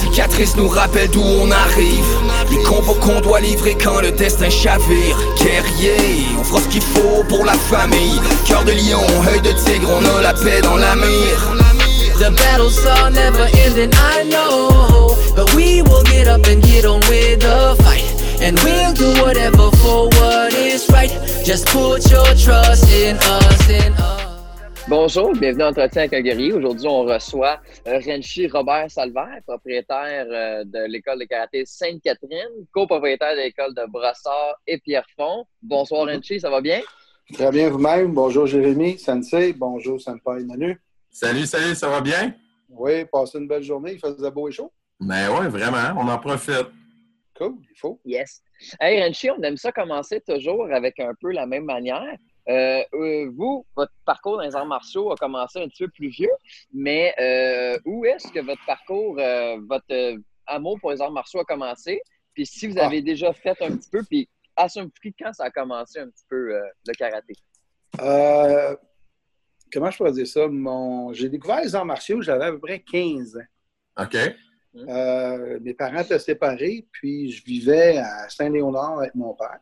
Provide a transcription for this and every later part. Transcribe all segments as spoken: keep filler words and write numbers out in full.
cicatrices nous rappellent d'où on arrive. Les combats qu'on doit livrer quand le destin chavire. Guerrier, on fera ce qu'il faut pour la famille. Cœur de lion, œil de tigre, on a la paix dans la mire. The battles are never ending, I know, but we will get up and get on with the fight. And we'll do whatever for what is right. Just put your trust in us, in us. Bonjour, bienvenue à Entretien avec un guerrier. Aujourd'hui, on reçoit euh, Renchi Robert Salvaire, propriétaire euh, de l'école de karaté Sainte-Catherine, copropriétaire de l'école de Brossard et Pierrefonds. Bonsoir Renchi, ça va bien? Très bien vous-même. Bonjour Jérémy, Sensei. Bonjour Senpai Manu. Salut, salut, ça va bien? Oui, passez une belle journée. Il faisait beau et chaud. Ben oui, vraiment, on en profite. Cool, il faut. Yes. Hey Renchi, on aime ça commencer toujours avec un peu la même manière. Euh, euh, vous, votre parcours dans les arts martiaux a commencé un petit peu plus vieux, mais euh, où est-ce que votre parcours, euh, votre euh, amour pour les arts martiaux a commencé? Puis si vous avez ah. déjà fait un petit peu, puis à ce prix, quand ça a commencé un petit peu euh, le karaté? Euh... Comment je pourrais dire ça? Mon... J'ai découvert les arts martiaux, j'avais à peu près quinze ans. OK. Euh, mes parents étaient séparés, puis je vivais à Saint-Léonard avec mon père.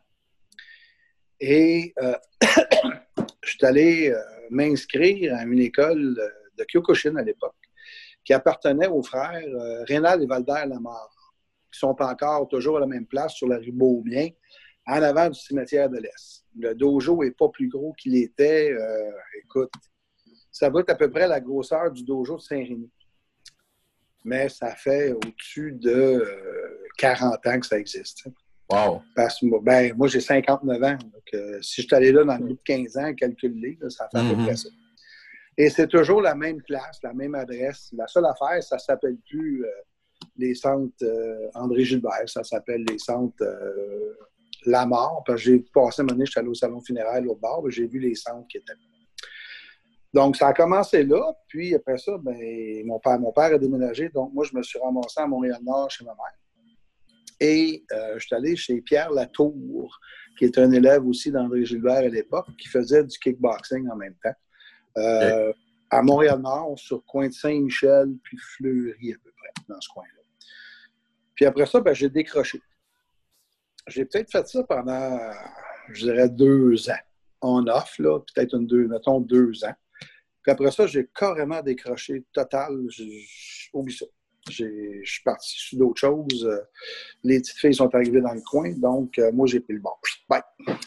Et euh, je suis allé euh, m'inscrire à une école de Kyokushin à l'époque, qui appartenait aux frères euh, Rénal et Valder Lamarre, qui sont encore toujours à la même place sur la rue Beaubien, en avant du cimetière de l'Est. Le dojo n'est pas plus gros qu'il était. Euh, écoute, ça va être à peu près la grosseur du dojo de Saint-Rémy. Mais ça fait au-dessus de euh, quarante ans que ça existe. Wow! Parce que ben, moi, j'ai cinquante-neuf ans. Donc, euh, si je suis allé là dans le bout de quinze ans, calcule-les, là, ça fait à peu Mm-hmm. près ça. Et c'est toujours la même place, la même adresse. La seule affaire, ça ne s'appelle plus euh, les centres euh, André Gilbert, ça s'appelle les centres euh, Lamarre. Parce que j'ai passé une année, je suis allé au salon funéraire l'autre bord, j'ai vu les centres qui étaient là. Donc, ça a commencé là, puis après ça, ben, mon père, mon père a déménagé, donc moi, je me suis ramassé à Montréal-Nord chez ma mère. Et euh, je suis allé chez Pierre Latour, qui est un élève aussi d'André Gilbert à l'époque, qui faisait du kickboxing en même temps, euh, okay. à Montréal-Nord, sur le coin de Saint-Michel, puis Fleury à peu près, dans ce coin-là. Puis après ça, ben, j'ai décroché. J'ai peut-être fait ça pendant, je dirais, deux ans. On off, là, peut-être une deux, mettons deux ans. Puis après ça, j'ai carrément décroché total. Oublie ça. J'ai, je suis parti sur d'autres choses. Les petites filles sont arrivées dans le coin, donc euh, moi, j'ai pris le bon. Bye.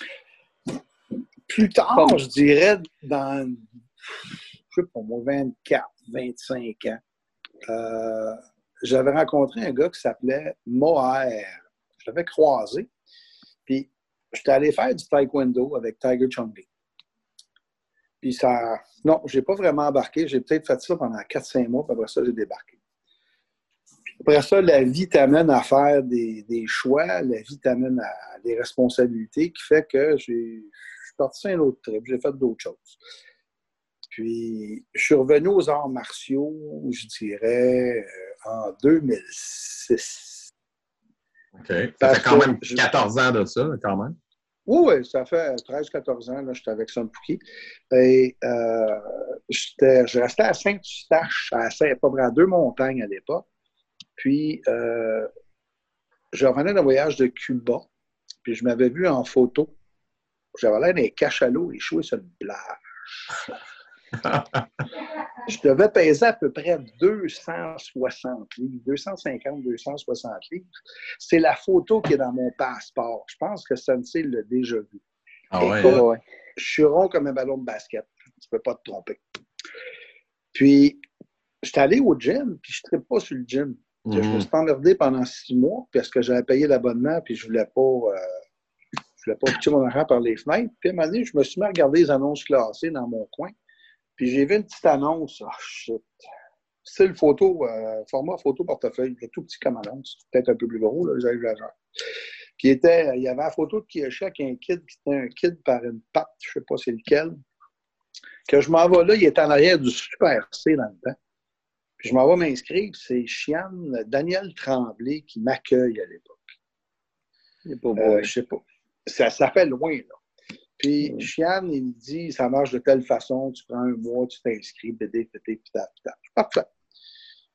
Plus tard, je dirais, dans, je sais pas moi, vingt-quatre, vingt-cinq ans, euh, j'avais rencontré un gars qui s'appelait Moher. Je l'avais croisé. Puis, j'étais allé faire du taekwondo avec Tiger Chong-Li. Puis ça... Non, je n'ai pas vraiment embarqué. J'ai peut-être fait ça pendant quatre cinq mois, puis après ça, j'ai débarqué. Puis après ça, la vie t'amène à faire des, des choix, la vie t'amène à des responsabilités qui fait que j'ai... je suis parti sur un autre trip, j'ai fait d'autres choses. Puis, je suis revenu aux arts martiaux, je dirais, euh, en deux mille six. OK. Ça Parce fait quand même quatorze ans de ça, quand même. Oui, oui, ça fait treize quatorze ans, là, j'étais avec Son Pouki. Et euh, j'étais, je restais à Saint-Eustache, à, à peu près à Deux-Montagnes à l'époque. Puis, euh, je revenais d'un voyage de Cuba, puis je m'avais vu en photo. J'avais l'air d'un cachalot échoué sur une plage. Je devais peser à peu près deux cent soixante livres, deux cent cinquante, deux cent soixante livres. C'est la photo qui est dans mon passeport. Je pense que Sensei l'a déjà vu. Ah ouais, Écoute, ouais. Je suis rond comme un ballon de basket. Tu peux pas te tromper. Puis, j'étais allé au gym, puis je ne trippe pas sur le gym. Mm-hmm. Je me suis emmerdé pendant six mois parce que j'avais payé l'abonnement, puis je voulais pas... Euh, je voulais pas pitcher mon argent par les fenêtres. Puis à un moment donné, je me suis mis à regarder les annonces classées dans mon coin. Puis j'ai vu une petite annonce. Oh shit. C'est le photo, euh, format photo portefeuille. Il est tout petit comme annonce. Peut-être un peu plus gros, là, j'arrive à genre. Puis il, était, il y avait la photo de Kiyosaki, un kid qui était un kid par une patte, je ne sais pas c'est lequel. Que je m'en vais là, il est en arrière du Super C dans le temps. Puis je m'en vais m'inscrire, c'est Chiane, Daniel Tremblay qui m'accueille à l'époque. Il est pas beau. Euh, je sais pas. Ça, ça fait loin, là. Puis, mmh. Chiane, il me dit, ça marche de telle façon, tu prends un mois, tu t'inscris, bédé, pété, pita, pita. Parfait.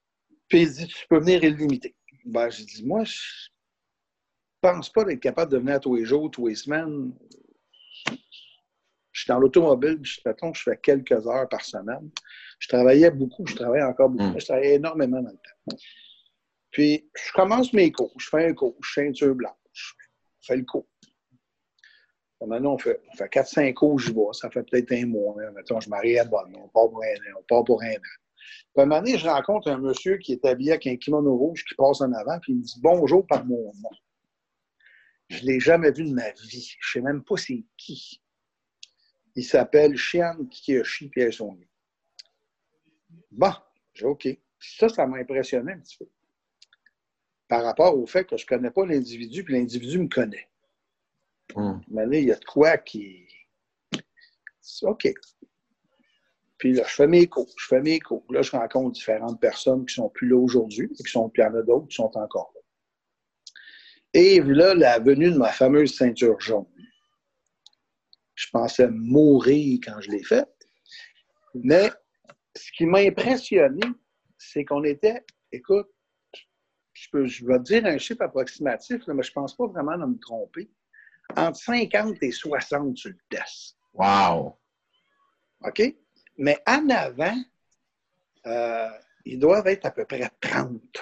Puis il dit, tu peux venir illimité. Ben, j'ai dit, moi, je pense pas d'être capable de venir tous les jours, tous les semaines. Je suis dans l'automobile, je, mettons, je fais quelques heures par semaine. Je travaillais beaucoup, je travaillais encore beaucoup, mais je travaillais énormément dans le temps. Puis, je commence mes cours, je fais un cours, ceinture blanche, je fais le cours. Maintenant, on fait, on fait quatre cinq cours, j'y vais, ça fait peut-être un mois. Hein. Mettons, je m'arrive à bonne, on part pour un an, on part pour un an. Puis, à un moment donné, je rencontre un monsieur qui est habillé avec un kimono rouge qui passe en avant, puis il me dit « Bonjour par mon nom ». Je ne l'ai jamais vu de ma vie. Je ne sais même pas c'est qui. Il s'appelle Shian Kiyoshi Pierre-Saunier. Bon, j'ai OK. Ça, ça m'a impressionné un petit peu. Par rapport au fait que je ne connais pas l'individu, puis l'individu me connaît. Mm. Mais là, il y a de quoi qui... OK. Puis là, je fais mes cours, je fais mes cours. Là, je rencontre différentes personnes qui ne sont plus là aujourd'hui, et qui sont, puis il y en a d'autres qui sont encore là. Et là, la venue de ma fameuse ceinture jaune. Je pensais mourir quand je l'ai faite. Mais ce qui m'a impressionné, c'est qu'on était, écoute, je, peux, je vais te dire un chiffre approximatif, là, mais je ne pense pas vraiment de me tromper, entre cinquante et soixante sur le test. Wow! OK? Mais en avant, euh, ils doivent être à peu près trente.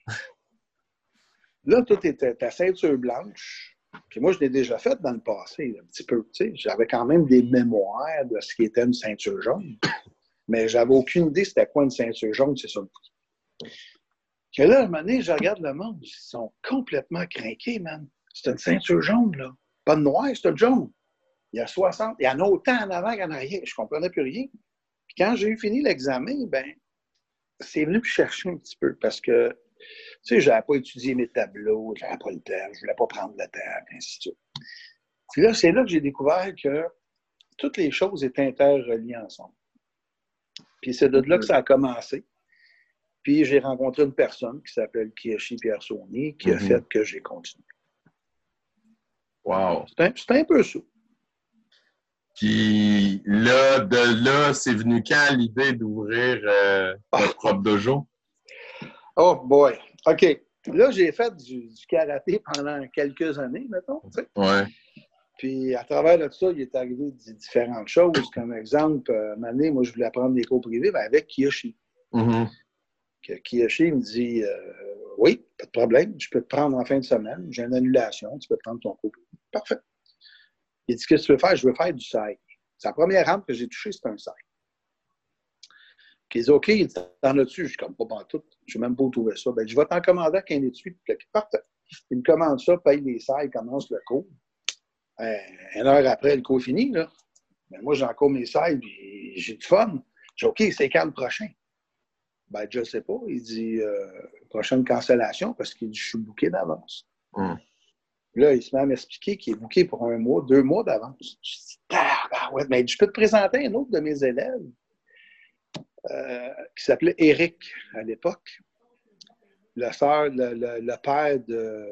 Là, tout était ta ceinture blanche. Puis moi, je l'ai déjà faite dans le passé, un petit peu. Tu sais, j'avais quand même des mémoires de ce qui était une ceinture jaune. Mais j'avais aucune idée c'était quoi une ceinture jaune, c'est ça le coup. Que là, à un moment donné, je regarde le monde, ils sont complètement crinqués, man. C'est une ceinture jaune, là. Pas de noir, c'est une jaune. Il y a soixante, il y en a autant en avant qu'en arrière. Je ne comprenais plus rien. Puis quand j'ai eu fini l'examen, ben, c'est venu me chercher un petit peu parce que, tu sais, je n'avais pas étudié mes tableaux, je n'avais pas le temps, je ne voulais pas prendre le temps, et ainsi de suite. Puis là, c'est là que j'ai découvert que toutes les choses étaient interreliées ensemble. Puis c'est de là que ça a commencé. Puis j'ai rencontré une personne qui s'appelle Kiyoshi Pierre-Saunier qui a mm-hmm. fait que j'ai continué. Wow! C'est un, c'est un peu ça. Puis là, de là, c'est venu quand l'idée d'ouvrir euh, oh. votre propre dojo? Oh boy! OK. Là, j'ai fait du, du karaté pendant quelques années, mettons. Tu sais. Ouais. Puis à travers de ça, il est arrivé différentes choses. Comme exemple, euh, une année, moi, je voulais apprendre des cours privés ben, avec Kiyoshi. Mm-hmm. Que Kiyoshi me dit euh, oui, pas de problème, je peux te prendre en fin de semaine, j'ai une annulation, tu peux prendre ton cours privé. Parfait. Il dit, qu'est-ce que tu veux faire? Je veux faire du sai. C'est la première rampe que j'ai touchée, c'était un sai. Il dit, OK, il dit, t'en as-tu? Je suis comme pas en tout. Je n'ai même pas où trouver ça. Ben, je vais t'en commander qu'un étui. Parfait. Il me commande ça, paye les sai, il commence le cours. Euh, une heure après, le cours est fini, là. Ben, moi, j'ai encore mes sai, puis j'ai du fun. Je dis, OK, c'est quand le prochain? Ben, je ne sais pas. Il dit, euh, prochaine cancellation, parce qu'il dit, je suis booké d'avance. Mm. Là, il se met à m'expliquer qu'il est booké pour un mois, deux mois d'avance. Je dis, ah, ben ouais, mais je peux te présenter un autre de mes élèves euh, qui s'appelait Éric à l'époque. Le, soeur, le, le, le père de.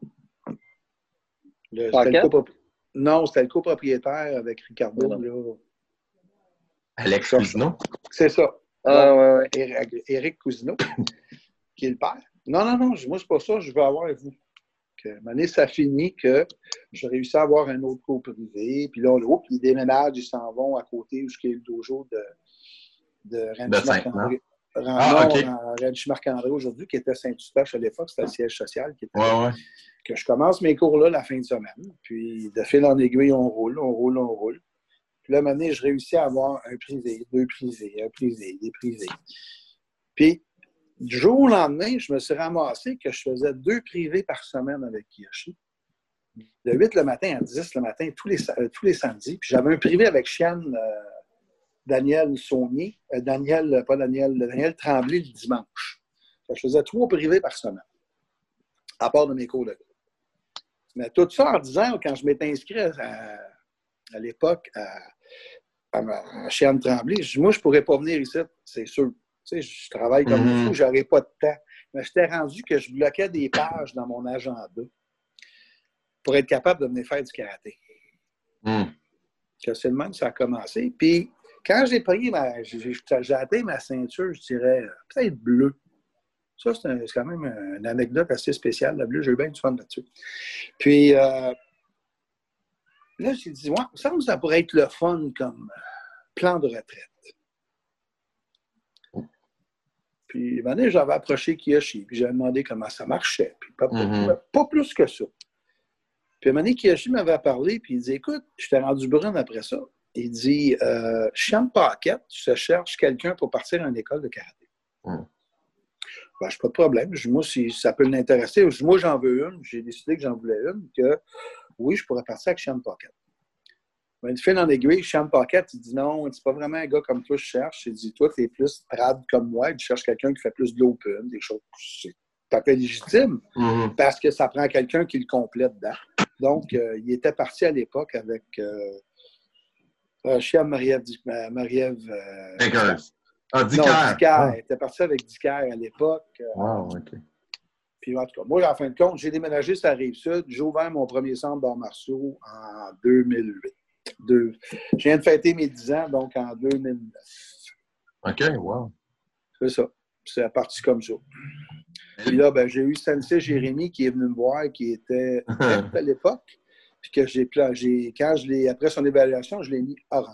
Le, c'était le copropri... Non, c'était le copropriétaire avec Ricardo. Là. Alex Cousineau? C'est ça. Ah, ouais, ouais. Éric, Éric Cousineau, qui est le père. Non, non, non, moi, c'est pas ça, je veux avoir vous. À un moment donné, ça finit que j'ai réussi à avoir un autre cours privé. Puis là, on puis ils déménagent, ils s'en vont à côté où est le dojo de, de Ranch Marc-André. Ah, okay. Ranch Marc-André aujourd'hui, qui était Saint-Eustache à l'époque, c'était le siège social. Qui était ouais, ouais. Que je commence mes cours là la fin de semaine. Puis de fil en aiguille, on roule, on roule, on roule. Puis là, à un moment donné, je réussis à avoir un privé, deux privés, un privé, des privés. Puis, du jour au lendemain, je me suis ramassé que je faisais deux privés par semaine avec Kiyoshi. De huit le matin à dix le matin, tous les, tous les samedis. Puis j'avais un privé avec Chiane, euh, Daniel Saunier, euh, Daniel, pas Daniel, Daniel Tremblay le dimanche. Je faisais trois privés par semaine, à part de mes cours de cours. Mais tout ça en disant, quand je m'étais inscrit à, à l'époque à, à, à Chiane Tremblay, je dis, moi, je ne pourrais pas venir ici, c'est sûr. Tu sais, je travaille comme mm-hmm. fou, je n'aurais pas de temps. Mais j'étais rendu que je bloquais des pages dans mon agenda pour être capable de venir faire du karaté. Mm. Que c'est le même que ça a commencé. Puis, quand j'ai pris ma... J'ai, j'ai atteint ma ceinture, je dirais, peut-être bleue. Ça, c'est, un, c'est quand même une anecdote assez spéciale. La bleue, j'ai eu bien du fun là-dessus. Puis euh, là, j'ai dit, ouais, ça me semble que ça pourrait être le fun comme plan de retraite. Puis, un moment donné, j'avais approché Kiyoshi, puis j'avais demandé comment ça marchait, puis pas, mm-hmm. pas, pas plus que ça. Puis, un moment donné, Kiyoshi m'avait parlé, puis il dit, écoute, je t'ai rendu brune après ça. Il dit, euh, Chian Pocket, je cherche quelqu'un pour partir en école de karaté. Mm. Ben, je n'ai pas de problème. Je, moi, si ça peut l'intéresser, moi, j'en veux une. J'ai décidé que j'en voulais une, que oui, je pourrais partir avec Chian Pocket. Ben, il fait dans l'aiguille, Chian Pocket, il dit non, c'est pas vraiment un gars comme toi que je cherche. Il dit, toi, tu es plus trad comme moi. Je cherche quelqu'un qui fait plus de l'open, des choses. C'est tout à fait légitime mm-hmm. parce que ça prend quelqu'un qui le complète dedans. Donc, euh, il était parti à l'époque avec euh, euh, Chian Marie-Ève. Marie-Ève euh, ah, Dicker. Non, Dicker. Ah. Il était parti avec Dicker à l'époque. Euh, wow, OK. Puis, en tout cas, moi, en fin de compte, j'ai déménagé sur la Rive-Sud. J'ai ouvert mon premier centre d'arts martiaux en deux mille huit. De... Je viens de fêter mes dix ans, donc en deux mille neuf. OK, wow. C'est ça. C'est parti comme ça. Puis là, ben, j'ai eu Sensei Jérémy qui est venu me voir, qui était à l'époque. Puis que j'ai, j'ai quand je l'ai, après son évaluation, je l'ai mis orange.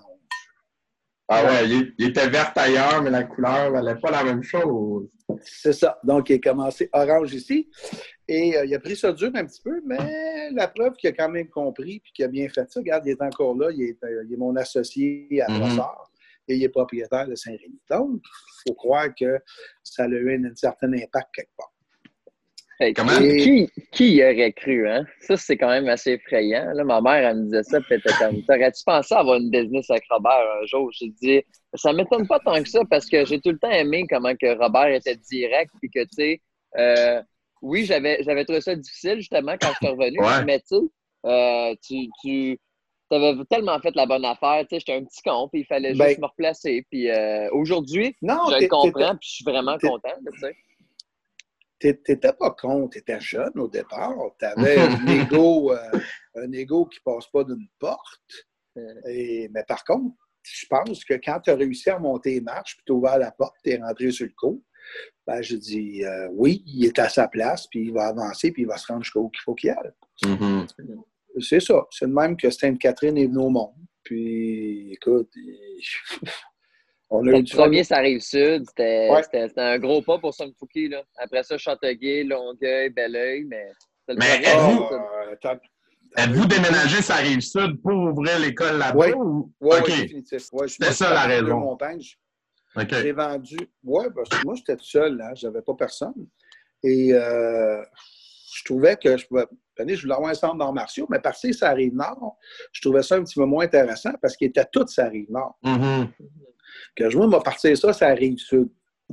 Ah ouais, il, il était vert ailleurs, mais la couleur valait pas la même chose. C'est ça. Donc, il a commencé orange ici. Et euh, il a pris ça dur un petit peu, mais la preuve qu'il a quand même compris et qu'il a bien fait ça, regarde, il est encore là, il est, euh, il est mon associé à Brossard mm-hmm. et il est propriétaire de Saint-Rémy. Donc, il faut croire que ça a eu un, un certain impact quelque part. Hey, Comment? Et... Qui, qui aurait cru, hein? Ça, c'est quand même assez effrayant. Là, ma mère, elle me disait ça, puis elle était comme, t'aurais-tu pensé avoir une business avec Robert un jour? Je dis, ça m'étonne pas tant que ça, parce que j'ai tout le temps aimé comment que Robert était direct, puis que, tu sais, euh, oui, j'avais, j'avais trouvé ça difficile, justement, quand je suis revenu, ouais. mais tu sais, euh, tu, tu avais tellement fait la bonne affaire, tu sais, j'étais un petit con, puis il fallait ben, juste me replacer, puis euh, aujourd'hui, non, je le comprends, puis je suis vraiment content, tu sais. T'étais pas con, t'étais jeune au départ. T'avais un ego, euh, un ego qui passe pas d'une porte. Et, mais par contre, je pense que quand tu as réussi à monter les marches, puis tu as ouvert la porte, tu es rentré sur le coup, ben, je dis euh, oui, il est à sa place, puis il va avancer, puis il va se rendre jusqu'où qu'il faut qu'il aille. Mm-hmm. C'est ça. C'est de même que Sainte-Catherine est venue au monde. Puis, écoute, il... On a eu le premier, ça arrive sud. C'était, ouais. c'était, c'était un gros pas pour Sun Fuki. Là. Après ça, Châteauguay, Longueuil, Belleuil. Mais, mais êtes-vous, euh, êtes-vous déménagé sur la Rive-Sud pour ouvrir l'école là-bas? Oui, ou... oui, okay. oui, définitif. Ouais, c'était ça la raison. Okay. J'ai vendu. Oui, parce que moi, j'étais tout seul. Hein, je n'avais pas personne. Et euh, je trouvais que je pouvais. Je voulais avoir un centre d'arts martiaux, mais partir sur la Rive-Nord, je trouvais ça un petit peu moins intéressant parce qu'ils étaient tous sur la Rive-Nord. Mm-hmm. Que je m'a parti ça, ça arrive sud.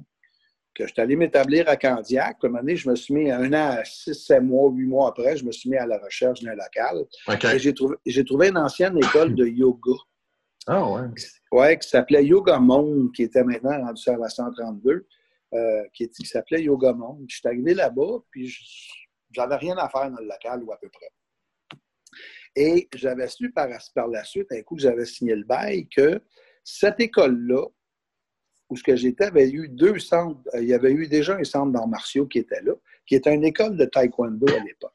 Que je suis allé m'établir à Candiac. Puis à un moment donné, je me suis mis un an, six, sept mois, huit mois après, je me suis mis à la recherche d'un local. Okay. Et j'ai trouvé, j'ai trouvé une ancienne école de yoga. Ah oh, ouais. Ouais, qui s'appelait Yoga Monde, qui était maintenant rendu sur la cent trente-deux, euh, qui, qui s'appelait Yoga Monde. Je suis arrivé là-bas, puis je, j'avais rien à faire dans le local, ou à peu près. Et j'avais su par, par la suite, un coup que j'avais signé le bail, que cette école-là, où ce que j'étais, avait eu deux centres. Il y avait eu déjà un centre d'arts martiaux qui était là, qui était une école de taekwondo à l'époque.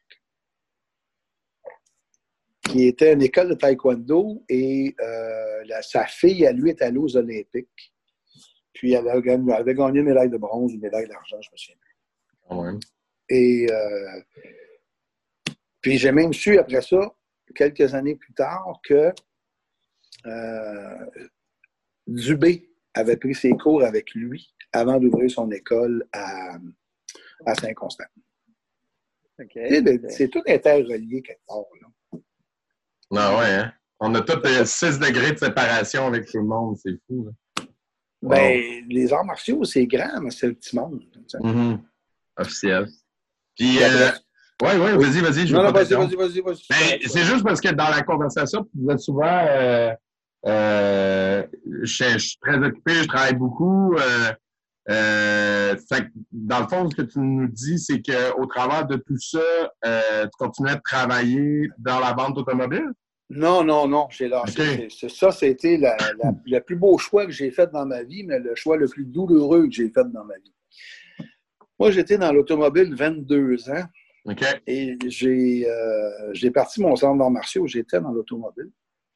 Qui était une école de taekwondo et euh, la, sa fille, à lui, est allée aux Olympiques. Puis elle avait, elle avait gagné une médaille de bronze, une médaille d'argent, je me souviens plus. Ouais. Et euh, puis j'ai même su, après ça, quelques années plus tard, que euh, Dubé avait pris ses cours avec lui avant d'ouvrir son école à, à Saint-Constant. Okay. C'est, c'est tout interrelié quelque part. Là. Ah ouais, hein? On a tous euh, six degrés de séparation avec tout le monde, c'est fou. Là. Wow. Ben, les arts martiaux, c'est grand, mais c'est le petit monde. Mm-hmm. Officiel. Puis, euh, oui, oui, oui, vas-y, vas-y. Je non, non, vas-y, vas-y, vas-y, vas-y. Ben, c'est juste parce que dans la conversation, tu disais souvent... Euh, Euh, je, je suis très occupé, je travaille beaucoup. Euh, euh, fait que dans le fond, ce que tu nous dis, c'est qu'au travers de tout ça, euh, tu continuais de travailler dans la vente automobile? Non, non, non. J'ai lâché. Okay. C'est, c'est, ça, c'était la, la, le plus beau choix que j'ai fait dans ma vie, mais le choix le plus douloureux que j'ai fait dans ma vie. Moi, j'étais dans l'automobile vingt-deux ans. OK. Et j'ai, euh, j'ai parti mon centre d'arts martiaux. J'étais dans l'automobile.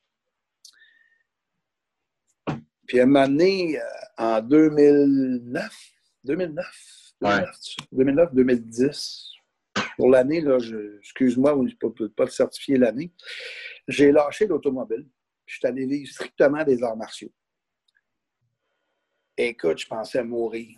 Puis à un moment donné, euh, en deux mille neuf, deux mille neuf, Ouais. deux mille neuf, deux mille dix, pour l'année, là, je, excuse-moi, je ne peux pas te certifier l'année, j'ai lâché l'automobile. Je suis allé vivre strictement des arts martiaux. Écoute, je pensais mourir.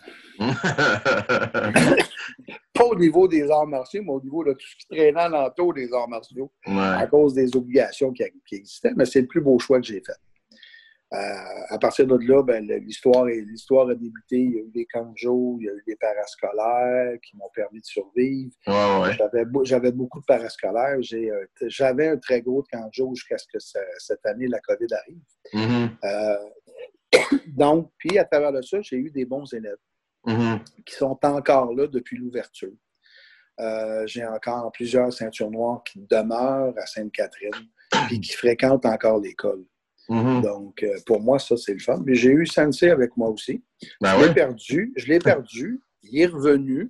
Pas au niveau des arts martiaux, mais au niveau de tout ce qui traînait alentour des arts martiaux, Ouais. à cause des obligations qui, qui existaient. Mais c'est le plus beau choix que j'ai fait. Euh, à partir de là, ben, l'histoire, l'histoire a débuté. Il y a eu des camps de jour, il y a eu des parascolaires qui m'ont permis de survivre. Ouais, ouais. J'avais, j'avais beaucoup de parascolaires. J'ai, euh, j'avais un très gros camp de jour jusqu'à ce que ça, cette année, la COVID arrive. Mm-hmm. Euh, donc, puis à travers de ça, j'ai eu des bons élèves Mm-hmm. qui sont encore là depuis l'ouverture. Euh, j'ai encore plusieurs ceintures noires qui demeurent à Sainte-Catherine et qui fréquentent encore l'école. Mm-hmm. Donc, euh, pour moi, ça, c'est le fun. Mais j'ai eu Sensei avec moi aussi. Ben je l'ai oui. perdu. Je l'ai perdu. Il est revenu.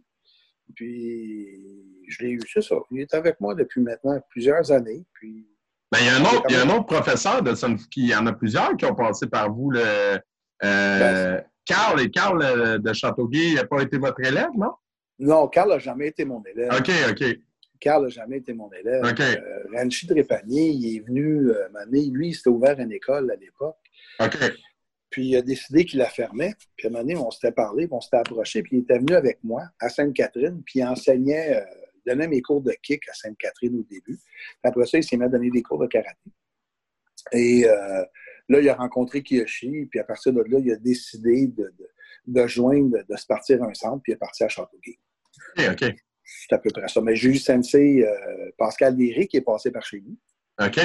Puis, je l'ai eu, c'est ça. Il est avec moi depuis maintenant plusieurs années. Puis, ben, il y a un autre, il y a un autre professeur de Sun Fuki. Il y en a plusieurs qui ont passé par vous. Le, euh, ben, Carl et Carl euh, de Châteauguay n'a pas été votre élève, non? Non, Carl n'a jamais été mon élève. OK, OK. Carl n'a jamais été mon élève. Okay. Euh, Ranchi Trépanier, il est venu euh, m'amener. Lui, il s'était ouvert une école à l'époque. OK. Puis il a décidé qu'il la fermait. Puis à un moment donné, on s'était parlé, puis on s'était approché. Puis il était venu avec moi à Sainte-Catherine. Puis il enseignait, euh, il donnait mes cours de kick à Sainte-Catherine au début. Puis après ça, il s'est mis à donner des cours de karaté. Et euh, là, il a rencontré Kiyoshi. Puis à partir de là, il a décidé de, de, de joindre, de, de se partir à un centre. Puis il est parti à Châteauguay. OK, OK. C'est à peu près ça. Mais j'ai eu Sensei euh, Pascal Léry qui est passé par chez nous. OK.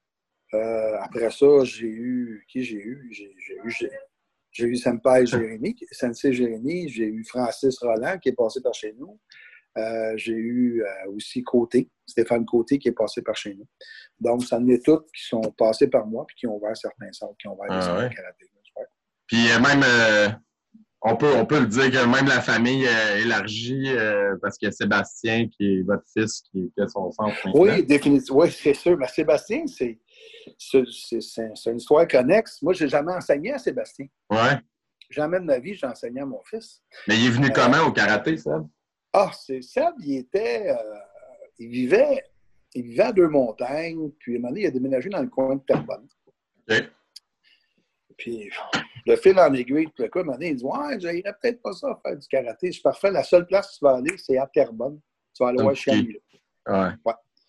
Euh, après ça, j'ai eu... Qui j'ai eu? J'ai, j'ai eu... J'ai, j'ai eu Senpai Jérémy, Sensei Jérémy. J'ai eu Francis Roland qui est passé par chez nous. Euh, j'ai eu euh, aussi Côté, Stéphane Côté qui est passé par chez nous. Donc, ça en est toutes qui sont passés par moi puis qui ont ouvert certains centres, qui ont ouvert Ah, des centres ouais. de karaté. Puis euh, même... Euh... On peut, on peut le dire que même la famille euh, élargie, euh, parce qu'il y a Sébastien, qui est votre fils, qui, qui a son centre maintenant. Oui, définitivement. Oui, c'est sûr. Mais Sébastien, c'est, c'est, c'est, c'est une histoire connexe. Moi, je n'ai jamais enseigné à Sébastien. Ouais. Jamais de ma vie, j'ai enseigné à mon fils. Mais il est venu euh, comment au karaté, Seb? Ah, c'est Seb, il était... Euh, il vivait... Il vivait à Deux-Montagnes, puis à un moment donné, il a déménagé dans le coin de Terrebonne. OK. Puis, le fil en aiguille, tout le coup, à un moment donné, il dit « Ouais, j'irais peut-être pas ça faire du karaté. C'est parfait. La seule place où tu vas aller, c'est à Terrebonne. Tu vas aller voir Chiamilo. » Ouais. Ouais.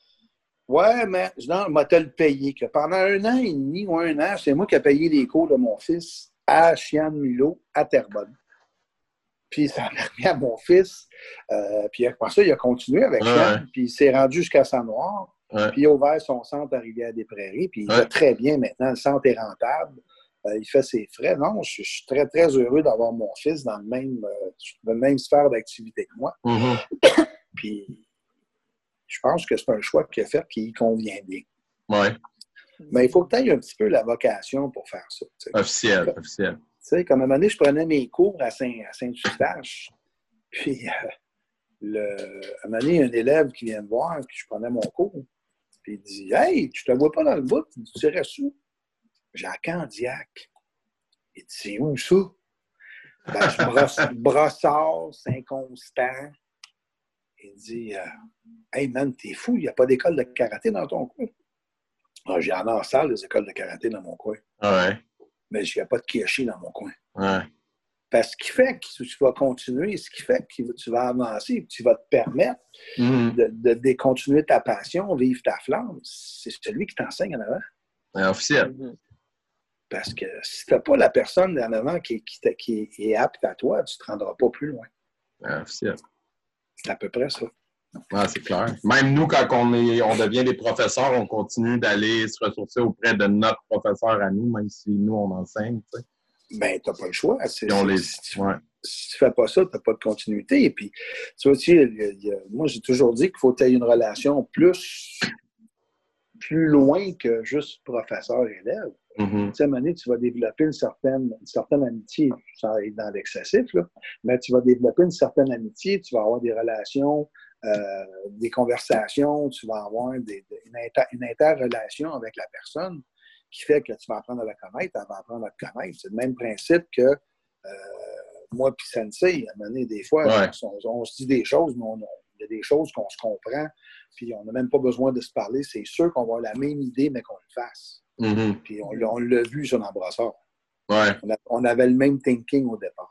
Ouais, mais je vais te le payer. Que pendant un an et demi ou un an, c'est moi qui ai payé les cours de mon fils à Chiamilo, à Terrebonne. Puis ça a permis à mon fils. Euh, puis après ça, il a continué avec ouais. Chiam. Puis il s'est rendu jusqu'à Saint-Noir. Ouais. Puis il a ouvert son centre à Rivière-des-Prairies. Puis il ouais. va très bien maintenant. Le centre est rentable. Euh, il fait ses frais. Non, je, je suis très, très heureux d'avoir mon fils dans le même, euh, la même sphère d'activité que moi. Mm-hmm. Puis je pense que c'est un choix qu'il a fait qui convient bien. Ouais. Mais il faut que tu aies un petit peu la vocation pour faire ça. T'sais. Officiel, comme, officiel. Tu sais, comme à un moment donné, je prenais mes cours à, Saint, à Saint-Eustache. Puis, euh, le, à un moment donné, il y a un élève qui vient me voir, puis je prenais mon cours. Puis il dit « Hey, je te vois pas dans le bout, tu restes où? » J'ai à Candiac. Il dit « C'est où ça? » Ben, je brosse, Brossard, Saint-Constant. Il dit euh, « Hey man, t'es fou, il n'y a pas d'école de karaté dans ton coin. » Ah, j'ai en salle des écoles de karaté dans mon coin. Ouais. Mais il n'y a pas de Kiyoshi dans mon coin. Ouais. Parce ce qui fait que tu vas continuer, ce qui fait que tu vas avancer, que tu vas te permettre mm-hmm. de, de, de continuer ta passion, vivre ta flamme, c'est celui qui t'enseigne en avant. Ouais, officiel. Parce que si tu n'as pas la personne en avant qui, qui, qui est apte à toi, tu ne te rendras pas plus loin. Ouais, officiel. C'est à peu près ça. Ouais, c'est clair. Même nous, quand on, est, on devient des professeurs, on continue d'aller se ressourcer auprès de notre professeur à nous, même si nous, on enseigne. Tu sais. Ben, tu n'as pas le choix. C'est, on c'est, les... si tu ouais. si tu fais pas ça, tu n'as pas de continuité. Et puis, tu vois, tu sais, moi, j'ai toujours dit qu'il faut que tu aies une relation plus plus loin que juste professeur-élève. Mm-hmm. Tu sais, à un moment donné, tu vas développer une certaine, une certaine amitié, sans être dans l'excessif, là, mais tu vas développer une certaine amitié, tu vas avoir des relations, euh, des conversations, tu vas avoir des, une, inter, une interrelation avec la personne qui fait que tu vas apprendre à la connaître, elle va apprendre à te connaître. C'est le même principe que euh, moi puis Sensei, à un moment donné, des fois, Ouais. on, on, on se dit des choses, mais on, il y a des choses qu'on se comprend, puis on n'a même pas besoin de se parler. C'est sûr qu'on va avoir la même idée, mais qu'on le fasse. Mm-hmm. Puis on, on l'a vu sur l'embrasseur. Ouais. On, a, on avait le même thinking au départ.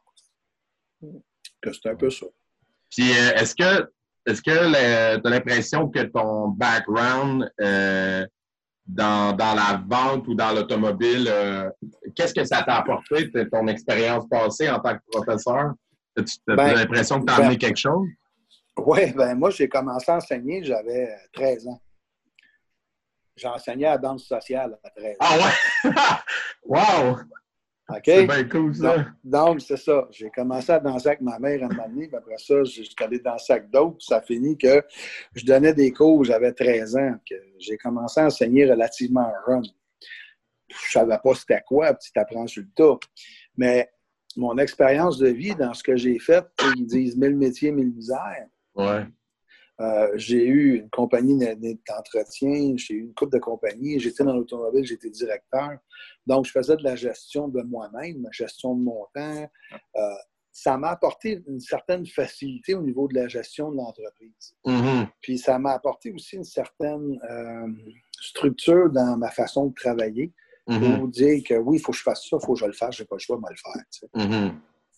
Que c'est un peu ça. Puis euh, est-ce que est-ce que tu as l'impression que ton background euh, dans, dans la vente ou dans l'automobile, euh, qu'est-ce que ça t'a apporté, ton expérience passée en tant que professeur? As-tu as ben, l'impression que tu as amené ben, quelque chose? Oui, ben moi, j'ai commencé à enseigner, j'avais treize ans. J'enseignais à la danse sociale à treize ans. Ah ouais? Wow! OK? C'est bien cool, ça. Donc, donc c'est ça. J'ai commencé à danser avec ma mère à un moment donné, puis après ça, je suis allé danser avec d'autres. Ça a fini que je donnais des cours, j'avais treize ans. Que j'ai commencé à enseigner relativement jeune. Je ne savais pas c'était quoi, puis tu apprends sur le tas. Mais mon expérience de vie dans ce que j'ai fait, ils disent mille métiers, mille misères. Ouais. Euh, j'ai eu une compagnie d'entretien, j'ai eu une couple de compagnies, j'étais dans l'automobile, j'étais directeur. Donc, je faisais de la gestion de moi-même, la gestion de mon temps. Euh, ça m'a apporté une certaine facilité au niveau de la gestion de l'entreprise. Mm-hmm. Puis, ça m'a apporté aussi une certaine euh, structure dans ma façon de travailler mm-hmm. pour dire que oui, il faut que je fasse ça, il faut que je le fasse, je n'ai pas le choix de me le faire. Tu sais. Mm-hmm.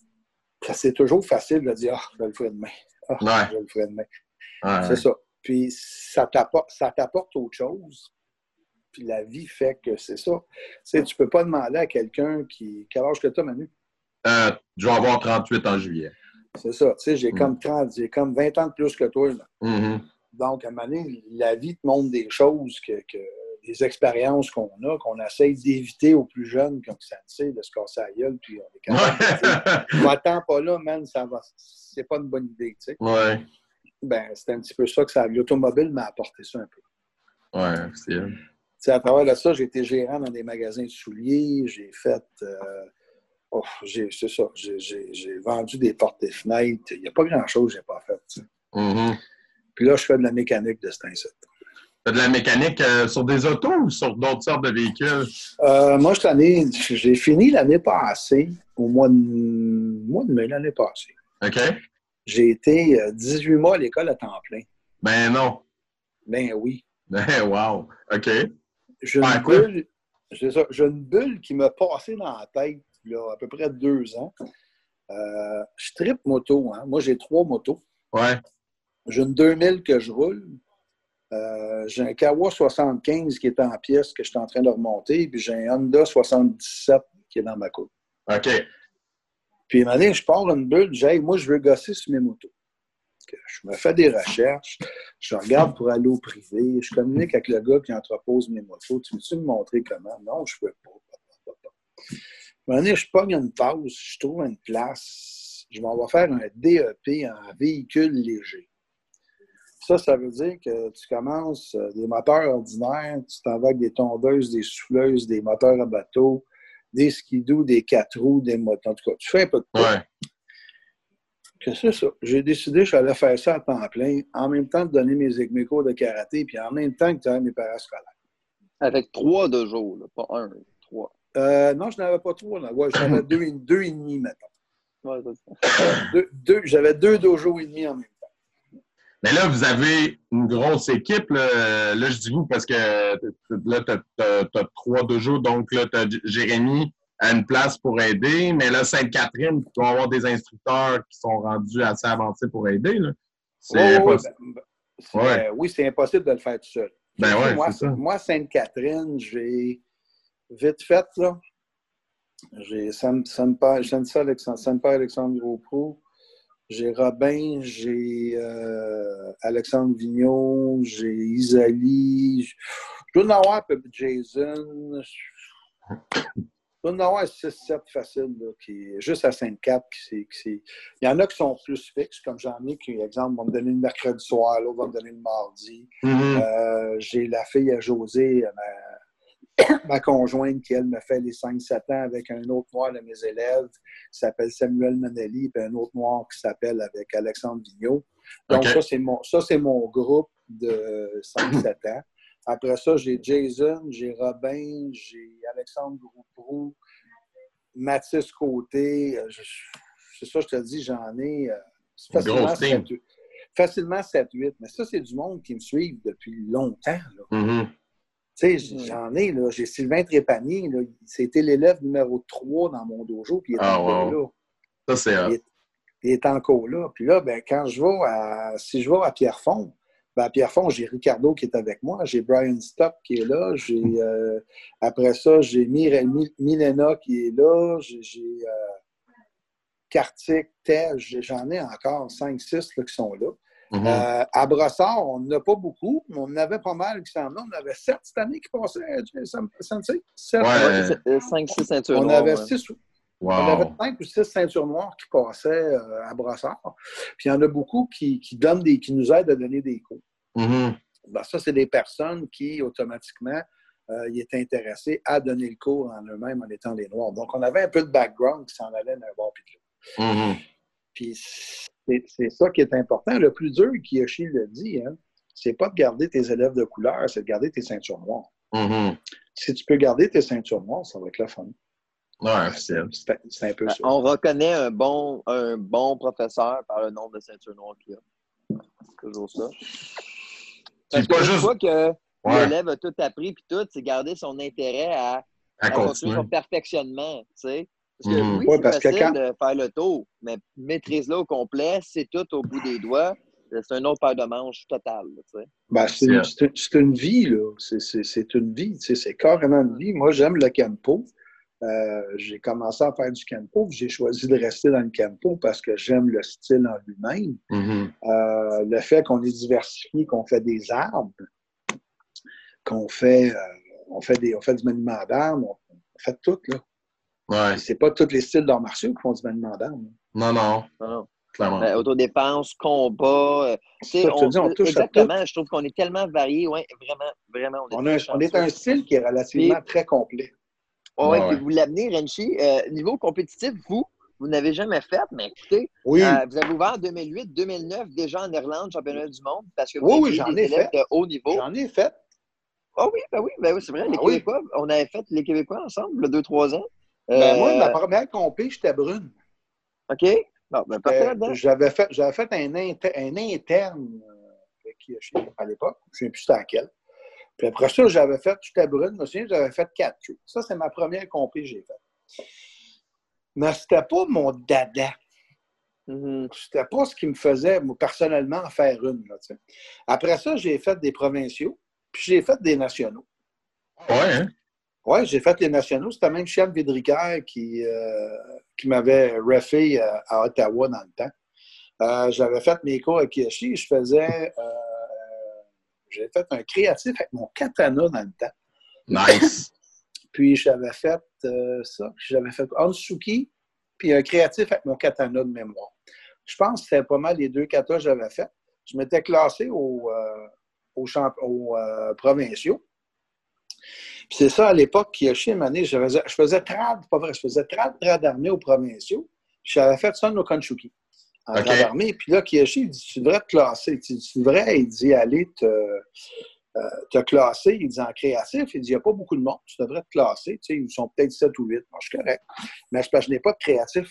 C'est toujours facile de dire « Ah, oh, je le ferai demain. Ah, oh, ouais. je le ferai demain. » Ouais, c'est ouais. ça. Puis ça t'apporte, ça t'apporte autre chose. Puis la vie fait que c'est ça. Tu sais, tu peux pas demander à quelqu'un qui... Quel âge que tu as, Manu? Euh, je vais avoir trente-huit en juillet. C'est ça. Tu sais, j'ai mm. comme trente, j'ai comme vingt ans de plus que toi. Là. Mm-hmm. Donc, à un moment donné, la vie te montre des choses, que, que des expériences qu'on a, qu'on essaye d'éviter aux plus jeunes, comme ça le sait, de se casser la gueule, puis on est capable de dire « Va-t'en pas là, man, ça va. C'est pas une bonne idée. » tu sais. Ouais. Ben, c'était un petit peu ça que ça, l'automobile m'a apporté ça un peu. Ouais, c'est... Tu sais, à travers de ça, j'ai été gérant dans des magasins de souliers, j'ai fait... Euh, oh, j'ai, c'est ça, j'ai, j'ai, j'ai vendu des portes et fenêtres. Il n'y a pas grand-chose que je n'ai pas fait. Tu sais. Mm-hmm. Puis là, je fais de la mécanique de cet incite. Tu fais de la mécanique euh, sur des autos ou sur d'autres sortes de véhicules? Euh, moi, cette année, j'ai fini l'année passée, au mois de, mois de mai, l'année passée. OK. J'ai été dix-huit mois à l'école à temps plein. Ben non. Ben oui. Ben wow. OK. J'ai une, bulle, c'est ça, j'ai une bulle qui m'a passé dans la tête là, à peu près deux ans. Euh, je trippe moto. Hein. Moi, j'ai trois motos. Ouais. J'ai une deux mille que je roule. Euh, j'ai un Kawa soixante-quinze qui est en pièces que je suis en train de remonter. Puis j'ai un Honda soixante-dix-sept qui est dans ma coupe. OK. Puis, à un moment donné, je pars une bulle, j'ai, moi, je veux gosser sur mes motos. Je me fais des recherches, je regarde pour aller au privé, je communique avec le gars qui entrepose mes motos. Tu veux-tu me montrer comment? Non, je ne peux pas. À un moment donné, je pogne une pause, je trouve une place, je m'en vais faire un D E P en véhicule léger. Ça, ça veut dire que tu commences des moteurs ordinaires, tu t'en vas avec des tondeuses, des souffleuses, des moteurs à bateau, des skidoo, des quatre roues, des motos. En tout cas, tu fais un peu de tout. Ouais. Que c'est ça. J'ai décidé que j'allais faire ça à temps plein, en même temps de donner mes, mes cours de karaté, puis en même temps que de faire mes parascolaires. Avec trois de jour, là, pas un, trois. Euh, non, je n'avais pas trois. Là. Ouais, j'avais deux, et, deux et demi, mettons. Ouais, c'est ça. deux, deux, j'avais deux dojos et demi en même temps. Mais là, vous avez une grosse équipe. Là, là je dis vous parce que là, tu as trois dojos. Donc là, tu as Jérémy à une place pour aider. Mais là, Sainte-Catherine, tu dois avoir des instructeurs qui sont rendus assez avancés pour aider. Là. C'est oh, impossible. Ben, c'est, ouais. euh, oui, c'est impossible de le faire tout seul. Ben ouais, moi, c'est ça. Moi, Sainte-Catherine, j'ai vite fait, là. J'ai Saint-Père Alexandre Gros-Pro. J'ai Robin, j'ai euh, Alexandre Vigneault, j'ai Isalie. Je dois en avoir un peu Jason. Je dois en avoir six sept faciles, là, qui est juste à Sainte-Cap. Qui c'est, qui c'est... Il y en a qui sont plus fixes, comme j'en ai qui, exemple, vont me donner le mercredi soir, l'autre va me donner le mardi. Mm-hmm. Euh, j'ai la fille à Josée, ma, ma conjointe, qui, elle, me fait les cinq sept ans avec un autre noir de mes élèves qui s'appelle Samuel Manelli, puis un autre noir qui s'appelle avec Alexandre Vigneault. Donc, Okay. ça, c'est mon, ça, c'est mon groupe de cinq sept ans. Après ça, j'ai Jason, j'ai Robin, j'ai Alexandre Groupeau, Mathis Côté. Je, c'est ça, je te dis, j'en ai euh, facilement sept huit. Facilement sept huit. Mais ça, c'est du monde qui me suit depuis longtemps. Là. Mm-hmm. Tu sais, j'en ai, là. J'ai Sylvain Trépanier, là. C'était l'élève numéro trois dans mon dojo, puis il est Ah, encore wow. là. Ça, c'est... Il est, il est encore là. Puis là, ben, quand je vais à... Si je vais à Pierrefonds, ben à Pierrefonds, j'ai Ricardo qui est avec moi, j'ai Brian Stock qui est là, j'ai euh, après ça, j'ai Mir- Milena qui est là, j'ai, j'ai euh, Kartik, Tej, j'en ai encore cinq six là, qui sont là. Mm-hmm. Euh, à Brossard, on n'en a pas beaucoup, mais on en avait pas mal qui s'en venaient. On avait sept cette année qui passaient, Sensei. sept, Ouais. cinq six ceintures on noires. avait Ouais. six. Wow. On avait cinq ou six ceintures noires qui passaient euh, à Brossard. Puis il y en a beaucoup qui, qui, donnent des, qui nous aident à donner des cours. Mm-hmm. Ben, ça, c'est des personnes qui, automatiquement, euh, y étaient intéressées à donner le cours en eux-mêmes en étant des Noirs. Donc, on avait un peu de background qui s'en allait d'un bord puis de l'autre. Mm-hmm. Puis c'est, c'est ça qui est important. Le plus dur, Kiyoshi le dit, hein, c'est pas de garder tes élèves de couleur, c'est de garder tes ceintures noires. Mm-hmm. Si tu peux garder tes ceintures noires, ça va être le fun. Ouais, c'est... C'est, c'est un peu ça. On reconnaît un bon, un bon professeur par le nombre de ceintures noires qu'il a. C'est toujours ça. Parce C'est pas qu'une juste... fois que Ouais. l'élève a tout appris puis tout, c'est garder son intérêt à, À à continuer continuer. son perfectionnement, tu sais. Parce que Mm. oui, Ouais, c'est parce que facile quand- de faire le tour, mais maîtrise-le au complet, c'est tout au bout des doigts. C'est une autre paire de manches totale, tu sais. Ben, c'est, une, c'est, une, c'est une vie, là. C'est, c'est, c'est une vie, tu sais, c'est carrément une vie. Moi, j'aime le Kenpo. Euh, j'ai commencé à faire du Kenpo. J'ai choisi de rester dans le Kenpo parce que j'aime le style en lui-même. Mm-hmm. Euh, le fait qu'on est diversifié, qu'on fait des arbres, qu'on fait, euh, on fait, des, on fait du maniement d'armes, on, on fait tout, là. Ouais. C'est pas tous les styles d'arts martiaux qui font du maniement d'armes. Non, non. Non, non. Clairement. Ben, autodéfense, combat. Euh, tu sais, Ça, je te on, dis, on touche à exactement, je trouve qu'on est tellement variés. Ouais, vraiment, vraiment. On, est, a, on est un style qui est relativement Puis, très complet. ouais, ouais, Ouais, puis ouais. vous l'amenez, Renchi. Euh, niveau compétitif, vous, vous n'avez jamais fait, mais écoutez, Oui, euh, vous avez ouvert en deux mille huit, deux mille neuf, déjà en Irlande, championnat du monde, parce que vous oui, avez oui, j'en des ai élèves fait. de haut niveau. J'en ai fait. Ah oui, ben oui, ben oui, c'est vrai, Ah les oui. Québécois, on avait fait les Québécois ensemble, le deux trois ans. Ben, Euh, moi, ma première compé, j'étais brune. OK. Bon, ben, partez Euh, là-dedans. j'avais fait, j'avais fait un, inter, un interne euh, avec Kiyoshi à l'époque. Je ne sais plus c'était à quel. Puis après ça, j'avais fait, j'étais brune, je me souviens, j'avais fait quatre queues. Ça, c'est ma première compé que j'ai faite. Mais c'était pas mon dada. Mm-hmm. C'était pas ce qui me faisait, moi, personnellement, en faire une. Là, tu sais. Après ça, j'ai fait des provinciaux, puis j'ai fait des nationaux. Ouais, hein? Oui, j'ai fait les nationaux. C'était même Chiam Vidricaire qui, euh, qui m'avait refait à, à Ottawa dans le temps. Euh, j'avais fait mes cours à Kiyoshi. Je faisais... Euh, j'ai fait un créatif avec mon katana dans le temps. Nice. Puis j'avais fait euh, ça. Puis j'avais fait Hansuki, puis un créatif avec mon katana de mémoire. Je pense que c'était pas mal les deux katas que j'avais fait. Je m'étais classé au, euh, au champ- aux euh, provinciaux. Puis c'est ça, à l'époque, Kiyoshi, une année, je faisais, je faisais trad, pas vrai, je faisais trad, trad armé aux provinciaux. Puis j'avais fait ça no Kanshuki, en OK. trad armé. Puis là, Kiyoshi, il dit, tu devrais te classer. Tu, tu devrais, il dit, aller te, euh, te classer. Il dit, en créatif, il dit, il n'y a pas beaucoup de monde, tu devrais te classer. Tu sais, ils sont peut-être sept ou huit. Moi, je suis correct. Mais je, je n'ai pas de créatif.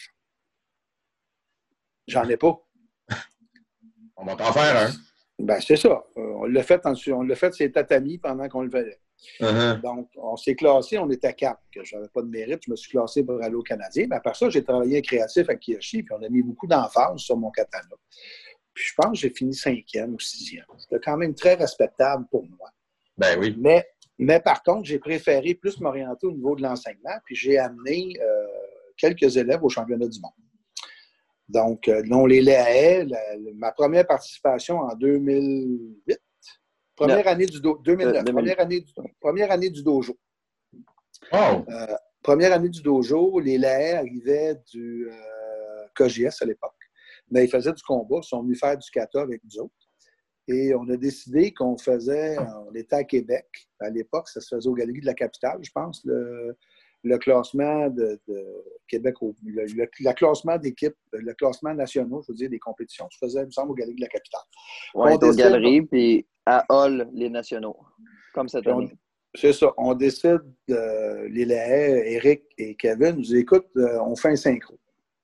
J'en ai pas. On va t'en faire un. Ben, c'est ça. Euh, on l'a fait, en, on l'a fait sur tatami pendant qu'on le faisait. Uh-huh. Donc, on s'est classé, on était quatre. Je n'avais pas de mérite, je me suis classé pour aller au Canadien. Mais après ça, j'ai travaillé créatif à Kiyoshi, puis on a mis beaucoup d'emphase sur mon katana. Puis je pense que j'ai fini cinquième ou sixième. C'était quand même très respectable pour moi. Ben oui. Mais, mais par contre, j'ai préféré plus m'orienter au niveau de l'enseignement, puis j'ai amené euh, quelques élèves au championnat du monde. Donc, euh, on les laait. La, la, ma première participation en deux mille huit, première Non. année du do, deux mille neuf, Euh, première, année du, première année du dojo. Oh! Euh, première année du dojo, les Lahaye arrivaient du euh, K J S à l'époque. Mais ils faisaient du combat. Ils sont venus faire du kata avec nous autres. Et on a décidé qu'on faisait, on était à Québec. À l'époque, ça se faisait aux Galeries de la Capitale, je pense, le, le classement de, de Québec, au, le, le, le classement d'équipes, le classement national, je veux dire, des compétitions, se faisait, il me semble, aux Galeries de la Capitale. Oui, aux Galeries, puis à Hall, les nationaux, comme cette année. On, c'est ça. On décide, euh, les Lahaye, Eric et Kevin, nous disent, écoute, euh, on fait un synchro.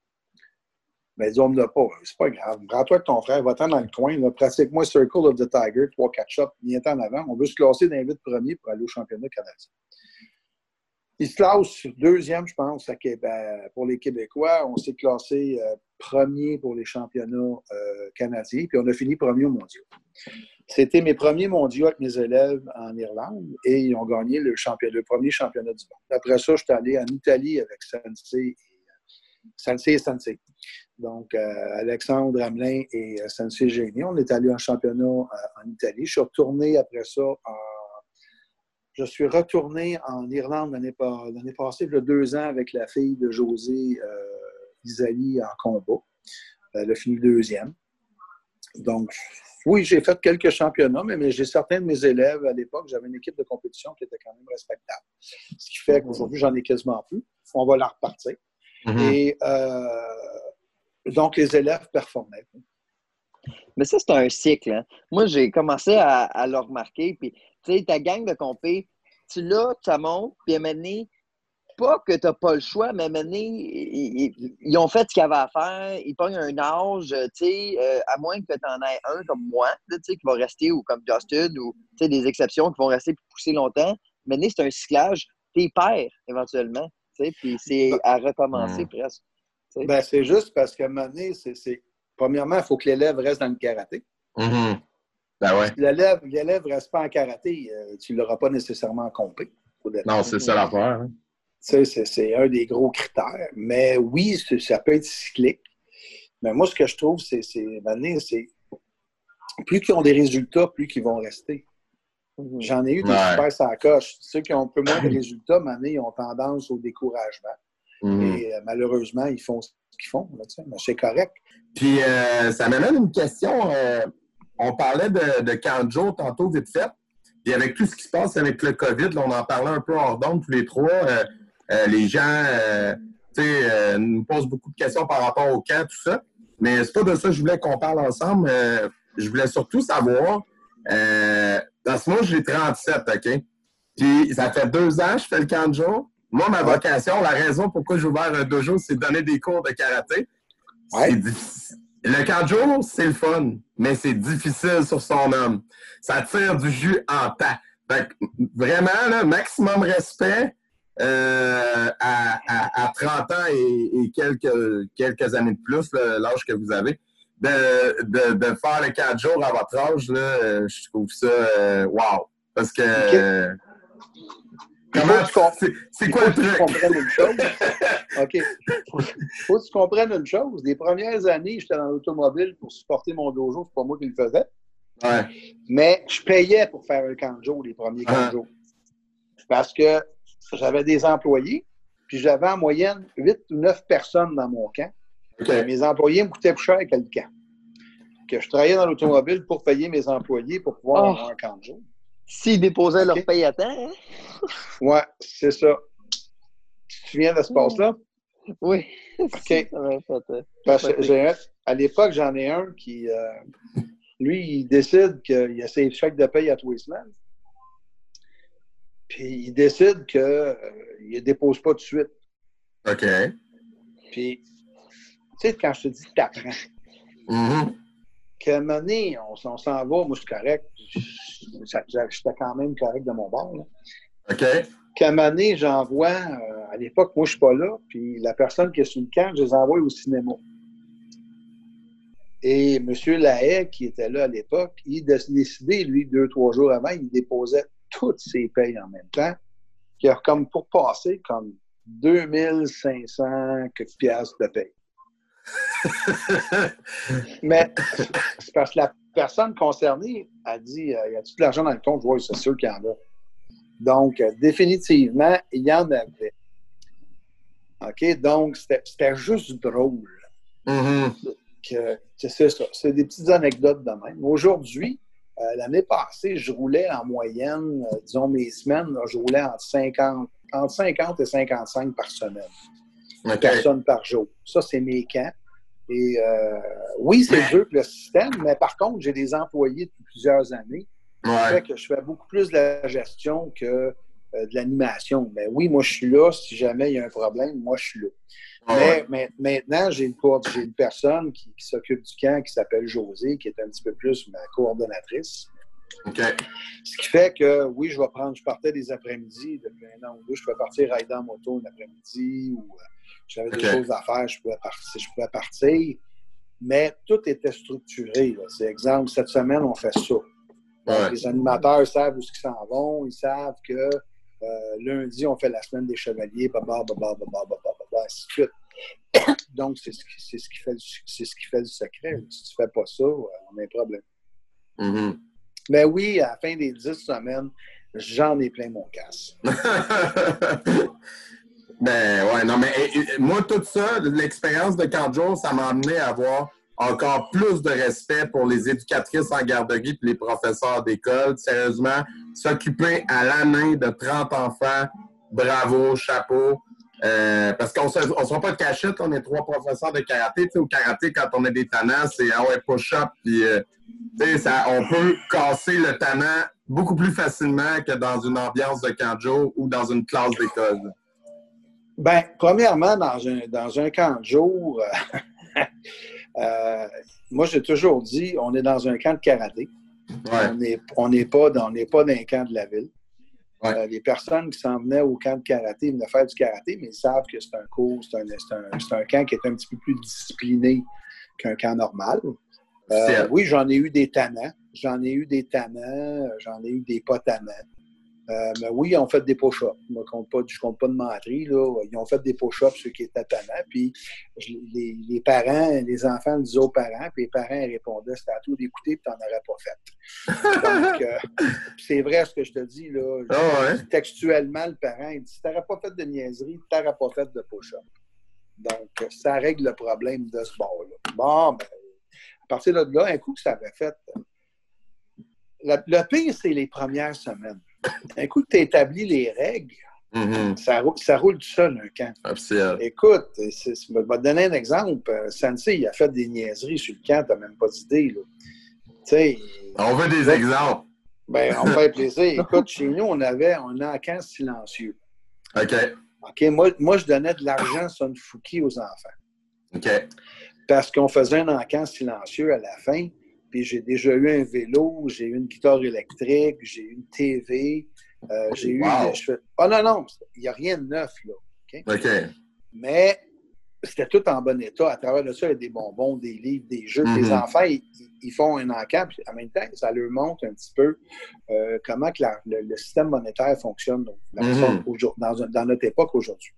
Mais ils disent, on ne l'a pas. C'est pas grave. Rends-toi avec ton frère, va-t'en dans le coin. Là, pratique-moi Circle of the Tiger, trois quatre shots, viens-t'en en avant. On veut se classer dans les huit premiers pour aller au championnat canadien. Ils se classent deuxième, je pense, à Québec, pour les Québécois. On s'est classé euh, premier pour les championnats euh, canadiens, puis on a fini premier aux mondiaux. C'était mes premiers mondiaux avec mes élèves en Irlande et ils ont gagné le, championnat, le premier championnat du monde. Après ça, je suis allé en Italie avec Sensei et, Sensei et Sensei. Donc, euh, Alexandre Hamelin et euh, Sensei Génie. On est allé en championnat euh, en Italie. Je suis retourné après ça en... Je suis retourné en Irlande l'année, l'année passée, il y a deux ans, avec la fille de José euh, Isali en combat. Elle a fini deuxième. Donc, oui, j'ai fait quelques championnats, mais, mais j'ai certains de mes élèves à l'époque, j'avais une équipe de compétition qui était quand même respectable. Ce qui fait qu'aujourd'hui, j'en ai quasiment plus. On va la repartir. Mm-hmm. Et euh, donc, les élèves performaient. Mais ça, c'est un cycle. Hein? Moi, j'ai commencé à, à le remarquer. Puis, tu sais, ta gang de compé, tu l'as, tu montes, puis à un moment donné, pas que tu n'as pas le choix, mais à un moment donné, ils, ils, ils ont fait ce qu'il y avait à faire. Ils pognent un âge, tu sais, euh, à moins que tu en aies un comme moi, tu sais, qui va rester, ou comme Justin, ou tu sais, des exceptions qui vont rester pour pousser longtemps. Mais c'est un cyclage. T'es père, éventuellement, tu sais, puis c'est à recommencer mmh. presque. T'sais. Ben, c'est juste parce qu'à un moment donné, c'est, c'est... premièrement, il faut que l'élève reste dans le karaté. Mmh. Ben ouais. Si l'élève ne reste pas en karaté, euh, tu ne l'auras pas nécessairement compé. Non, c'est ça l'affaire. Hein? C'est, c'est un des gros critères. Mais oui, ça peut être cyclique. Mais moi, ce que je trouve, c'est, c'est, c'est plus qu'ils ont des résultats, plus qu'ils vont rester. Mmh. J'en ai eu des ouais. super sans coche. Ceux qui ont un peu moins de résultats, maintenant, ils ont tendance au découragement. Mmh. Et euh, malheureusement, ils font ce qu'ils font. Là, mais c'est correct. Puis, euh, ça m'amène une question. Euh, on parlait de, de camp de jour tantôt, vite fait. Puis, avec tout ce qui se passe avec le COVID, là, on en parlait un peu hors d'onde tous les trois. Euh, euh, les gens euh, euh, nous posent beaucoup de questions par rapport au camp, tout ça. Mais c'est pas de ça que je voulais qu'on parle ensemble. Euh, je voulais surtout savoir, euh, dans ce moment, j'ai trente-sept, OK? Puis, ça fait deux ans que je fais le camp de jour. Moi, ma ouais. vocation, la raison pourquoi j'ai ouvert un dojo, c'est de donner des cours de karaté. Ouais. C'est difficile. Le camp de jour, c'est le fun, mais c'est difficile sur son homme. Ça tire du jus en tas. Fait que, vraiment, là, maximum respect euh, à, à, à trente ans et, et quelques, quelques années de plus, là, l'âge que vous avez, de, de, de faire le camp de jour à votre âge, là, je trouve ça euh, wow. Parce que... Okay. Euh, Comment tu comp... C'est, c'est quoi le truc? Il faut que tu comprennes une chose. OK. Il faut que tu comprennes une chose. Les premières années, j'étais dans l'automobile pour supporter mon dojo. C'est pas moi qui le faisais. Ouais. Mais je payais pour faire un camp de jour, les premiers camps de jour. Parce que j'avais des employés, puis j'avais en moyenne huit ou neuf personnes dans mon camp. Okay. Mes employés me coûtaient plus cher que le camp. Que je travaillais dans l'automobile pour payer mes employés pour pouvoir oh. avoir un camp de jour. S'ils déposaient okay. leur paye à temps, hein? Oui, c'est ça. Tu te souviens de ce passe-là? Oui. OK. Parce que j'ai un, à l'époque, j'en ai un qui, euh, lui, il décide qu'il a ses chèques de paye à tous les semaines. Puis il décide qu'il euh, ne dépose pas tout de suite. OK. Puis, tu sais, quand je te dis « t'apprends mm-hmm. », qu'à un moment donné, on, on s'en va, moi, je suis correct. J'étais quand même correct de mon bord. Là. OK. Qu'à un moment donné, j'envoie, euh, à l'époque, moi, je ne suis pas là, puis la personne qui est sur le camp, je les envoie au cinéma. Et M. Lahaye, qui était là à l'époque, il a décidé, lui, deux, trois jours avant, il déposait toutes ses payes en même temps, qui a comme pour passer comme deux mille cinq cents piastres de paye. Mais c'est parce que la personne concernée a dit euh, « Y a-t-il de l'argent dans le compte? » Oui, c'est sûr qu'il y en a. Donc, euh, définitivement, il y en avait. OK? Donc, c'était, c'était juste drôle. Mm-hmm. Que, c'est ça. C'est des petites anecdotes de même. Aujourd'hui, euh, l'année passée, je roulais en moyenne, euh, disons mes semaines, là, je roulais entre cinquante, entre cinquante et cinquante-cinq par semaine. Okay. Personnes par jour. Ça, c'est mes camps. Et euh, oui, c'est dur que le système, mais par contre, j'ai des employés depuis plusieurs années. Ouais. Ça fait que je fais beaucoup plus de la gestion que euh, de l'animation. Mais oui, moi, je suis là. Si jamais il y a un problème, moi, je suis là. Ah, mais, ouais. mais maintenant, j'ai une, co- j'ai une personne qui, qui s'occupe du camp qui s'appelle Josée, qui est un petit peu plus ma coordonnatrice. OK. Ce qui fait que, oui, je vais prendre, je partais des après-midi, depuis un an ou deux, je pouvais partir rider en moto un après-midi ou euh, j'avais des OK. choses à faire, je pouvais partir, je pouvais partir. Mais tout était structuré. Là. C'est exemple, cette semaine, on fait ça. Donc, Ouais. les animateurs savent où ils s'en vont, ils savent que euh, lundi, on fait la semaine des chevaliers, baba, baba, baba, baba, baba, ainsi de suite. Donc, c'est ce qui, c'est ce qui fait, c'est ce qui fait du secret. Si tu ne fais pas ça, on a un problème. Mm-hmm. Mais oui, à la fin des dix semaines, j'en ai plein mon casse. Ben ouais, non, mais et, et, moi, tout ça, l'expérience de quatre jours, ça m'a amené à avoir encore plus de respect pour les éducatrices en garderie et les professeurs d'école. Sérieusement, s'occuper à l'année de trente enfants, bravo, chapeau. Euh, parce qu'on ne se fera pas de cachette, on est trois professeurs de karaté. Tu sais, au karaté, quand on a des tannants, c'est ah ouais, push-up, puis euh, tu sais, ça, on peut casser le tannant beaucoup plus facilement que dans une ambiance de camp de jour ou dans une classe d'école. Bien, premièrement, dans un, dans un camp de jour, euh, euh, moi, j'ai toujours dit, on est dans un camp de karaté. Ouais. On n'est on n'est pas, dans- on n'est pas dans un camp de la ville. Ouais. Euh, les personnes qui s'en venaient au camp de karaté venaient faire du karaté, mais ils savent que c'est un cours, c'est un, c'est un, c'est un camp qui est un petit peu plus discipliné qu'un camp normal. Euh, oui, j'en ai eu des tannants. J'en ai eu des tannants. J'en ai eu des pas tannants. Euh, mais oui, ils ont fait des push-ups. Je ne compte, compte pas de menterie. Là. Ils ont fait des push-ups, ceux qui étaient tannants. Puis je, les, les parents, les enfants disaient aux parents, puis les parents ils répondaient, c'était à tout d'écouter, puis tu n'en aurais pas fait. Donc, euh, c'est vrai ce que je te dis. Là. Oh, ouais. Textuellement, le parent, il dit, si tu n'aurais pas fait de niaiserie, tu n'aurais pas fait de push-up. Donc, ça règle le problème de ce bord-là. Bon, ben, à partir de là, un coup que ça avait fait, le, le pire, c'est les premières semaines. Un coup que tu as établi les règles, mm-hmm. ça, roule, ça roule tout seul, un camp. Officiel. Écoute, c'est, je vais te donner un exemple. Sensei, il a fait des niaiseries sur le camp, tu n'as même pas d'idée. Là. T'sais, on veut des là, exemples. Ben, on fait plaisir. Écoute, chez nous, on avait un encan silencieux. OK. OK, moi, moi je donnais de l'argent Sunfuki aux enfants. OK. Parce qu'on faisait un encan silencieux à la fin. Puis j'ai déjà eu un vélo, j'ai eu une guitare électrique, j'ai eu une T V, euh, j'ai wow. eu... Je fais, oh non, non, il n'y a rien de neuf, là. Okay? OK. Mais c'était tout en bon état. À travers de ça, il y a des bonbons, des livres, des jeux. Mm-hmm. Les enfants, ils, ils font un encan, puis en même temps, ça leur montre un petit peu euh, comment que la, le, le système monétaire fonctionne mm-hmm. dans, dans notre époque aujourd'hui.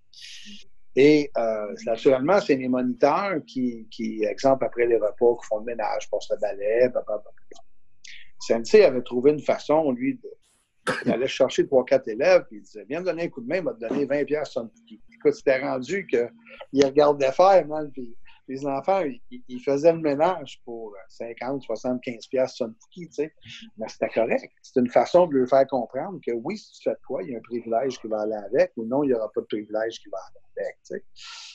Et euh, naturellement, c'est les moniteurs qui, qui, exemple, après les repas, qui font le ménage, passent le balai, blablabla. Sensei avait trouvé une façon, lui, de, il allait chercher trois quatre élèves, puis il disait, viens me donner un coup de main, il m'a donné vingt piastres Sunfuki. Écoute, c'était rendu qu'il regardait faire, man, puis les enfants, ils, ils faisaient le ménage pour cinquante, soixante-quinze piastres Sunfuki, tu sais. Mais c'était correct. C'est une façon de leur faire comprendre que oui, si tu fais de quoi, il y a un privilège qui va aller avec, ou non, il n'y aura pas de privilège qui va aller avec, tu sais.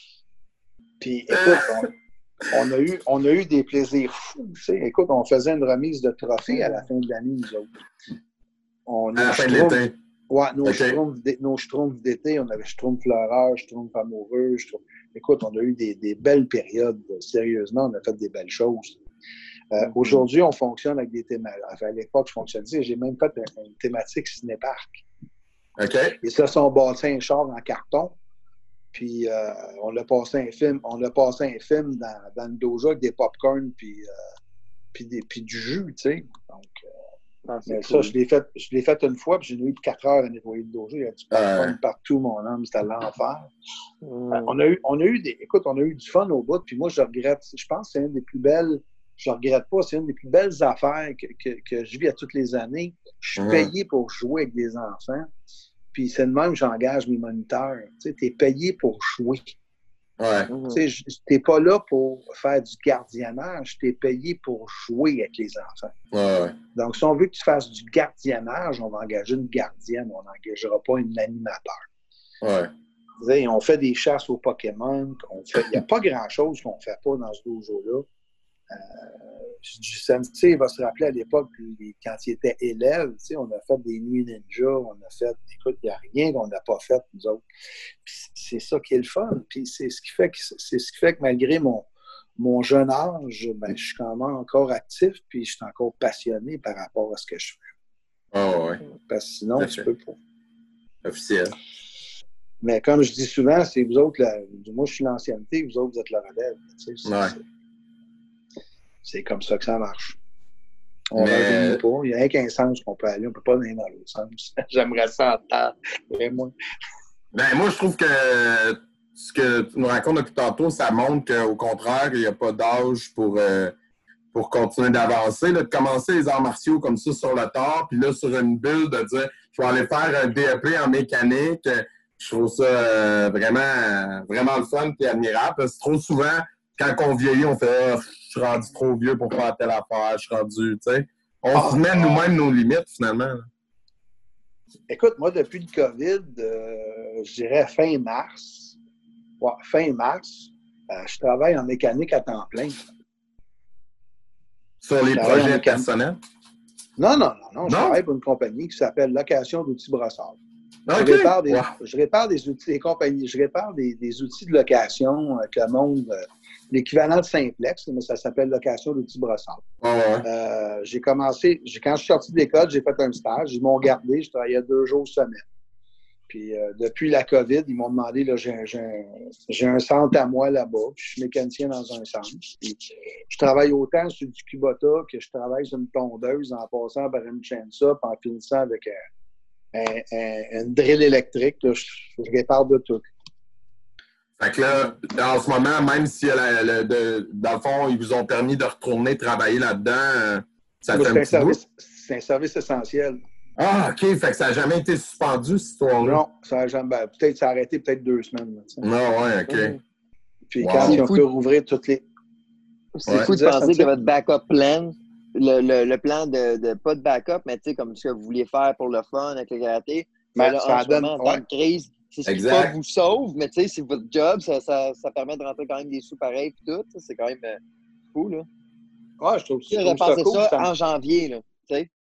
Puis, écoute, on, on, a eu, on a eu des plaisirs fous, tu sais. Écoute, on faisait une remise de trophées à la fin de l'année, nous autres. On, à la fin de l'été. Ouais, nos okay. schtroumpfs, nos schtroumpfs d'été, on avait schtroumpf fleureur, schtroumpf amoureux. Schtroumpf... Écoute, on a eu des, des belles périodes. Sérieusement, on a fait des belles choses. Euh, mm-hmm. Aujourd'hui, on fonctionne avec des thématiques. Enfin, à l'époque, je fonctionnais. J'ai même fait une, une thématique cinéparc. OK. Ils se sont bâtis un char en carton. Puis, euh, on a passé un film, on a passé un film dans, dans le dojo avec des popcorn puis, euh, puis, des, puis du jus, tu sais. Donc, euh, Ah, mais cool. Ça, je l'ai fait, je l'ai fait une fois, puis j'ai eu quatre heures à nettoyer le dojo. Il y a du fun euh... partout, mon homme, c'était l'enfer. Mm. Euh, on, a eu, on a eu des. Écoute, on a eu du fun au bout, puis moi, je regrette. Je pense que c'est une des plus belles. Je regrette pas, c'est une des plus belles affaires que, que, que je vis à toutes les années. Je suis mm. payé pour jouer avec des enfants. puis c'est de même que j'engage mes moniteurs. Tu es payé pour jouer. Ouais. Tu sais, t'es pas là pour faire du gardiennage, t'es payé pour jouer avec les enfants. Ouais. Donc, si on veut que tu fasses du gardiennage, on va engager une gardienne, on n'engagera pas un animateur. Ouais. Tu sais, on fait des chasses aux Pokémon, il n'y a pas grand-chose qu'on ne fait pas dans ce dojo-là. Euh, du sensei, il va se rappeler à l'époque, quand il était élève, on a fait des nuits ninja, on a fait, écoute, il n'y a rien qu'on n'a pas fait, nous autres. Puis c'est ça qui est le fun. Puis c'est ce qui fait que, c'est ce qui fait que malgré mon, mon jeune âge, ben, je suis quand même encore actif, puis je suis encore passionné par rapport à ce que je fais. Oh, ouais. Parce que sinon, tu peux pas. Officiel. Mais comme je dis souvent, c'est vous autres, la, moi je suis l'ancienneté, vous autres, vous êtes la relève. Tu sais, c'est, ouais. c'est, c'est comme ça que ça marche. On ne Mais... rajeunit pas. Il n'y a rien qu'un sens qu'on peut aller. On ne peut pas aller dans l'autre sens. J'aimerais ça en temps. Mais moi... Ben, moi, je trouve que ce que tu nous racontes depuis tantôt, ça montre qu'au contraire, il n'y a pas d'âge pour, euh, pour continuer d'avancer. Là, de commencer les arts martiaux comme ça sur le tard, puis là, sur une bulle, de dire je vais aller faire un D E P en mécanique. Je trouve ça euh, vraiment, vraiment le fun et admirable. Parce que trop souvent, quand on vieillit, on fait oh, je suis rendu trop vieux pour faire telle affaire, je suis rendu, tu sais. On ah, se met ah. nous-mêmes nos limites, finalement. Là. Écoute, moi, depuis le COVID, euh, je dirais fin mars, ouais, fin mars, euh, je travaille en mécanique à temps plein. Sur les projets personnels? Non, non, non, non. Je non? travaille pour une compagnie qui s'appelle Location d'outils Brossard. Okay. Je, répare des, wow. je répare des outils, des compagnies, je répare des, des outils de location que le monde, euh, l'équivalent de Simplex, mais ça s'appelle Location d'outils Brossard. Oh, ouais. euh, j'ai commencé, j'ai, quand je suis sorti de l'école, j'ai fait un stage, ils m'ont gardé, je travaillais deux jours semaine. Puis euh, depuis la COVID, ils m'ont demandé, là, j'ai, j'ai, un, j'ai un centre à moi là-bas, puis je suis mécanicien dans un centre. Puis je travaille autant sur du Kubota que je travaille sur une tondeuse en passant par une chainsaw, puis en finissant avec un Un, un, une drill électrique, là, je, je répare de tout. Fait que là, en ce moment, même si la, la, de, dans le fond, ils vous ont permis de retourner travailler là-dedans, ça Moi, fait un, un petit service, bout? C'est un service essentiel. Ah, OK. Fait que ça n'a jamais été suspendu, cette histoire-là? Non, ça a jamais, ben, peut-être ça a arrêté peut-être deux semaines. Là, non, ouais, OK. Mmh. Puis wow. quand ils ont pu rouvrir toutes les... C'est ouais. fou de penser que votre backup plan, le, le, le plan de, de pas de backup, mais tu sais, comme ce que vous vouliez faire pour le fun avec le karaté, ben, là, ça en donne, ce moment, en temps ouais. de crise, c'est ce qui pas vous sauve, mais tu sais, c'est votre job, ça, ça, ça permet de rentrer quand même des sous pareils et tout. C'est quand même euh, fou, là. Ouais, je trouve, Tu je trouve ça, ça cool. ça Ça... en janvier, là, tu sais.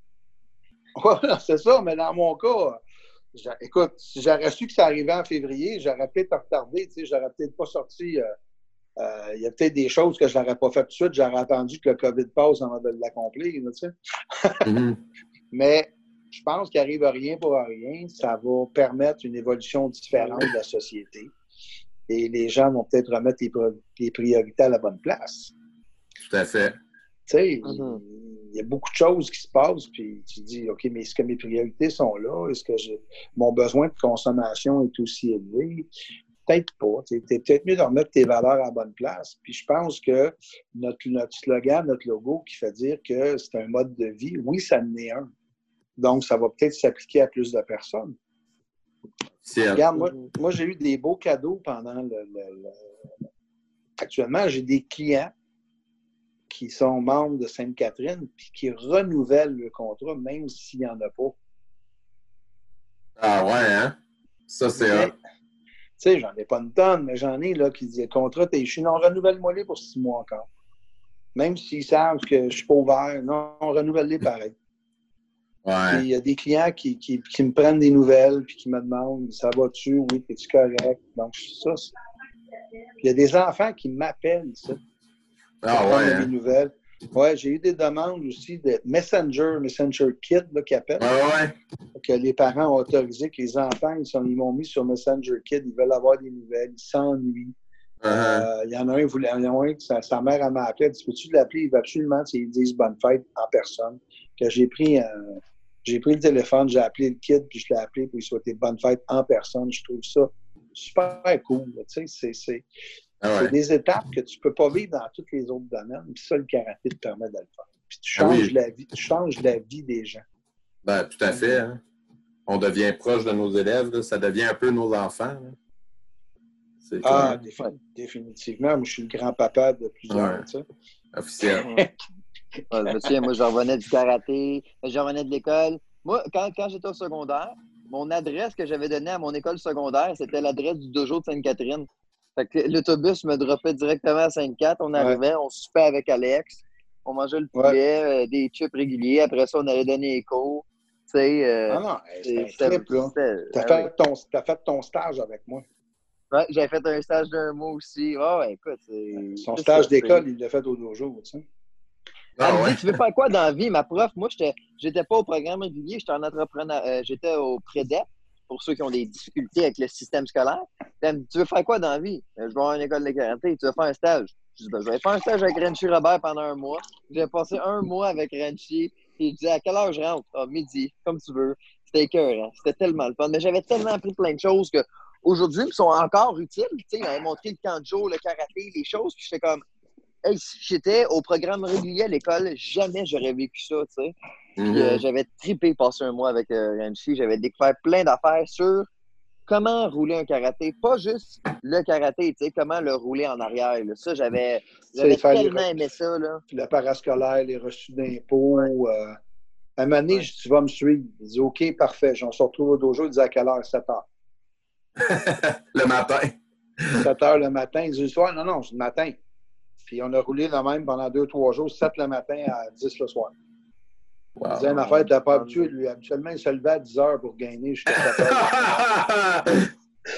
Ouais, c'est ça, mais dans mon cas, écoute, si j'aurais su que ça arrivait en février, j'aurais peut-être retardé, tu sais, j'aurais peut-être pas sorti... Euh... Euh, il y a peut-être des choses que je n'aurais pas fait tout de suite. J'aurais attendu que le COVID passe avant de l'accomplir. Tu sais. mm-hmm. Mais je pense qu'il n'arrive rien pour rien. Ça va permettre une évolution différente de la société. Et les gens vont peut-être remettre les, les priorités à la bonne place. Tout à fait. Tu sais, mm-hmm. il y a beaucoup de choses qui se passent. Puis tu dis, OK, mais est-ce que mes priorités sont là? Est-ce que j'ai... mon besoin de consommation est aussi élevé? Peut-être pas. C'est peut-être mieux de remettre tes valeurs à la bonne place. Puis je pense que notre, notre slogan, notre logo qui fait dire que c'est un mode de vie, oui, ça en est un. Donc, ça va peut-être s'appliquer à plus de personnes. C'est Regarde, moi, moi, j'ai eu des beaux cadeaux pendant le... le, le... Actuellement, j'ai des clients qui sont membres de Sainte-Catherine puis qui renouvellent le contrat, même s'il n'y en a pas. Ah ouais, hein? Ça, c'est un. Tu sais, j'en ai pas une tonne, mais j'en ai là qui disent le contrat, t'es chiant, non, renouvelle-moi-les pour six mois encore. Même s'ils savent que je suis pas ouvert, non, renouvelle-les pareil. Ouais. Il y a des clients qui, qui, qui me prennent des nouvelles puis qui me demandent ça va-tu, oui, es-tu correct? Donc, ça, c'est... Il y a des enfants qui m'appellent, ça. Ah pour ouais. Des Hein? nouvelles. Ouais, j'ai eu des demandes aussi de Messenger, Messenger Kit, là, qui appellent. Ouais, ouais. Que les parents ont autorisé que les enfants, ils, sont, ils m'ont mis sur Messenger Kit, ils veulent avoir des nouvelles, ils s'ennuient. Il uh-huh. euh, y en a un, il y en a un que sa, sa mère m'a appelé, elle dit, peux-tu l'appeler? Il veut absolument qu'ils disent bonne fête en personne. Que j'ai pris, euh, j'ai pris le téléphone, j'ai appelé le kid, puis je l'ai appelé pour lui souhaiter bonne fête en personne. Je trouve ça super cool. Tu sais, c'est, c'est, ah ouais. c'est des étapes que tu ne peux pas vivre dans tous les autres domaines. Puis ça, le karaté te permet de le faire. Puis tu changes, ah oui. la vie, tu changes la vie des gens. Ben, tout à fait. Hein? on devient proche de nos élèves, là, ça devient un peu nos enfants. Là. C'est ah, défin- définitivement. Moi, je suis le grand-papa de plusieurs. Ouais. Tu sais. Officiel. Ouais, je me souviens, moi, je revenais du karaté, je revenais de l'école. Moi, quand, quand j'étais au secondaire, mon adresse que j'avais donnée à mon école secondaire, c'était l'adresse du dojo de Sainte-Catherine. Fait que l'autobus me droppait directement à Sainte-Cat. On arrivait, ouais. On soupait avec Alex. On mangeait le poulet, ouais. euh, des chips réguliers. Après ça, on allait donner les cours. Tu sais, euh, ah non, c'est un trip, là. T'as ah, fait, oui. ton, t'as fait ton stage avec moi. Ouais, j'avais fait un stage d'un mois aussi. Oh, ouais, écoute, c'est... Son c'est stage ça, d'école, c'est... il l'a fait au dojo, tu sais. Elle Ah, me ouais. dit, tu veux faire quoi dans la vie? Ma prof, moi, j'étais, j'étais pas au programme régulier, j'étais en entrepreneur, euh, j'étais au Prédep, pour ceux qui ont des difficultés avec le système scolaire. Elle me dit, tu veux faire quoi dans la vie? Je vais avoir une école de karaté, tu veux faire un stage? Je dis, ben, je vais faire un stage avec Renchi Robert pendant un mois. J'ai passé un mois avec Renchi, et je dis, à quelle heure je rentre? Ah, midi, comme tu veux. C'était écœurant, c'était tellement le fun. Mais j'avais tellement appris plein de choses que aujourd'hui, ils sont encore utiles. Tu sais, ils m'avaient montré le kanjo, le karaté, les choses, puis j'étais comme, hey, si j'étais au programme régulier à l'école, jamais j'aurais vécu ça, tu sais. Puis mm-hmm. euh, j'avais trippé passer un mois avec euh, Renchi. J'avais découvert plein d'affaires sur comment rouler un karaté. Pas juste le karaté, tu sais, comment le rouler en arrière. Là. Ça, j'avais, j'avais tellement re... aimé ça. Là. Le parascolaire, les reçus d'impôts. Ouais. Euh... À un moment donné, ouais. je dis, tu vas me suivre. Il dit, OK, parfait. J'en sors retrouve au dojo. Il dit, à quelle heure? sept heures. Le matin. sept heures le matin. Il dit, le soir? Non, non, c'est le matin. Puis on a roulé le même pendant deux, trois jours, sept le matin à dix le soir. Wow. Il disait une affaire, tu n'as pas habitué, lui. Habituellement, il se levait à dix heures pour gagner jusqu'à sept heures.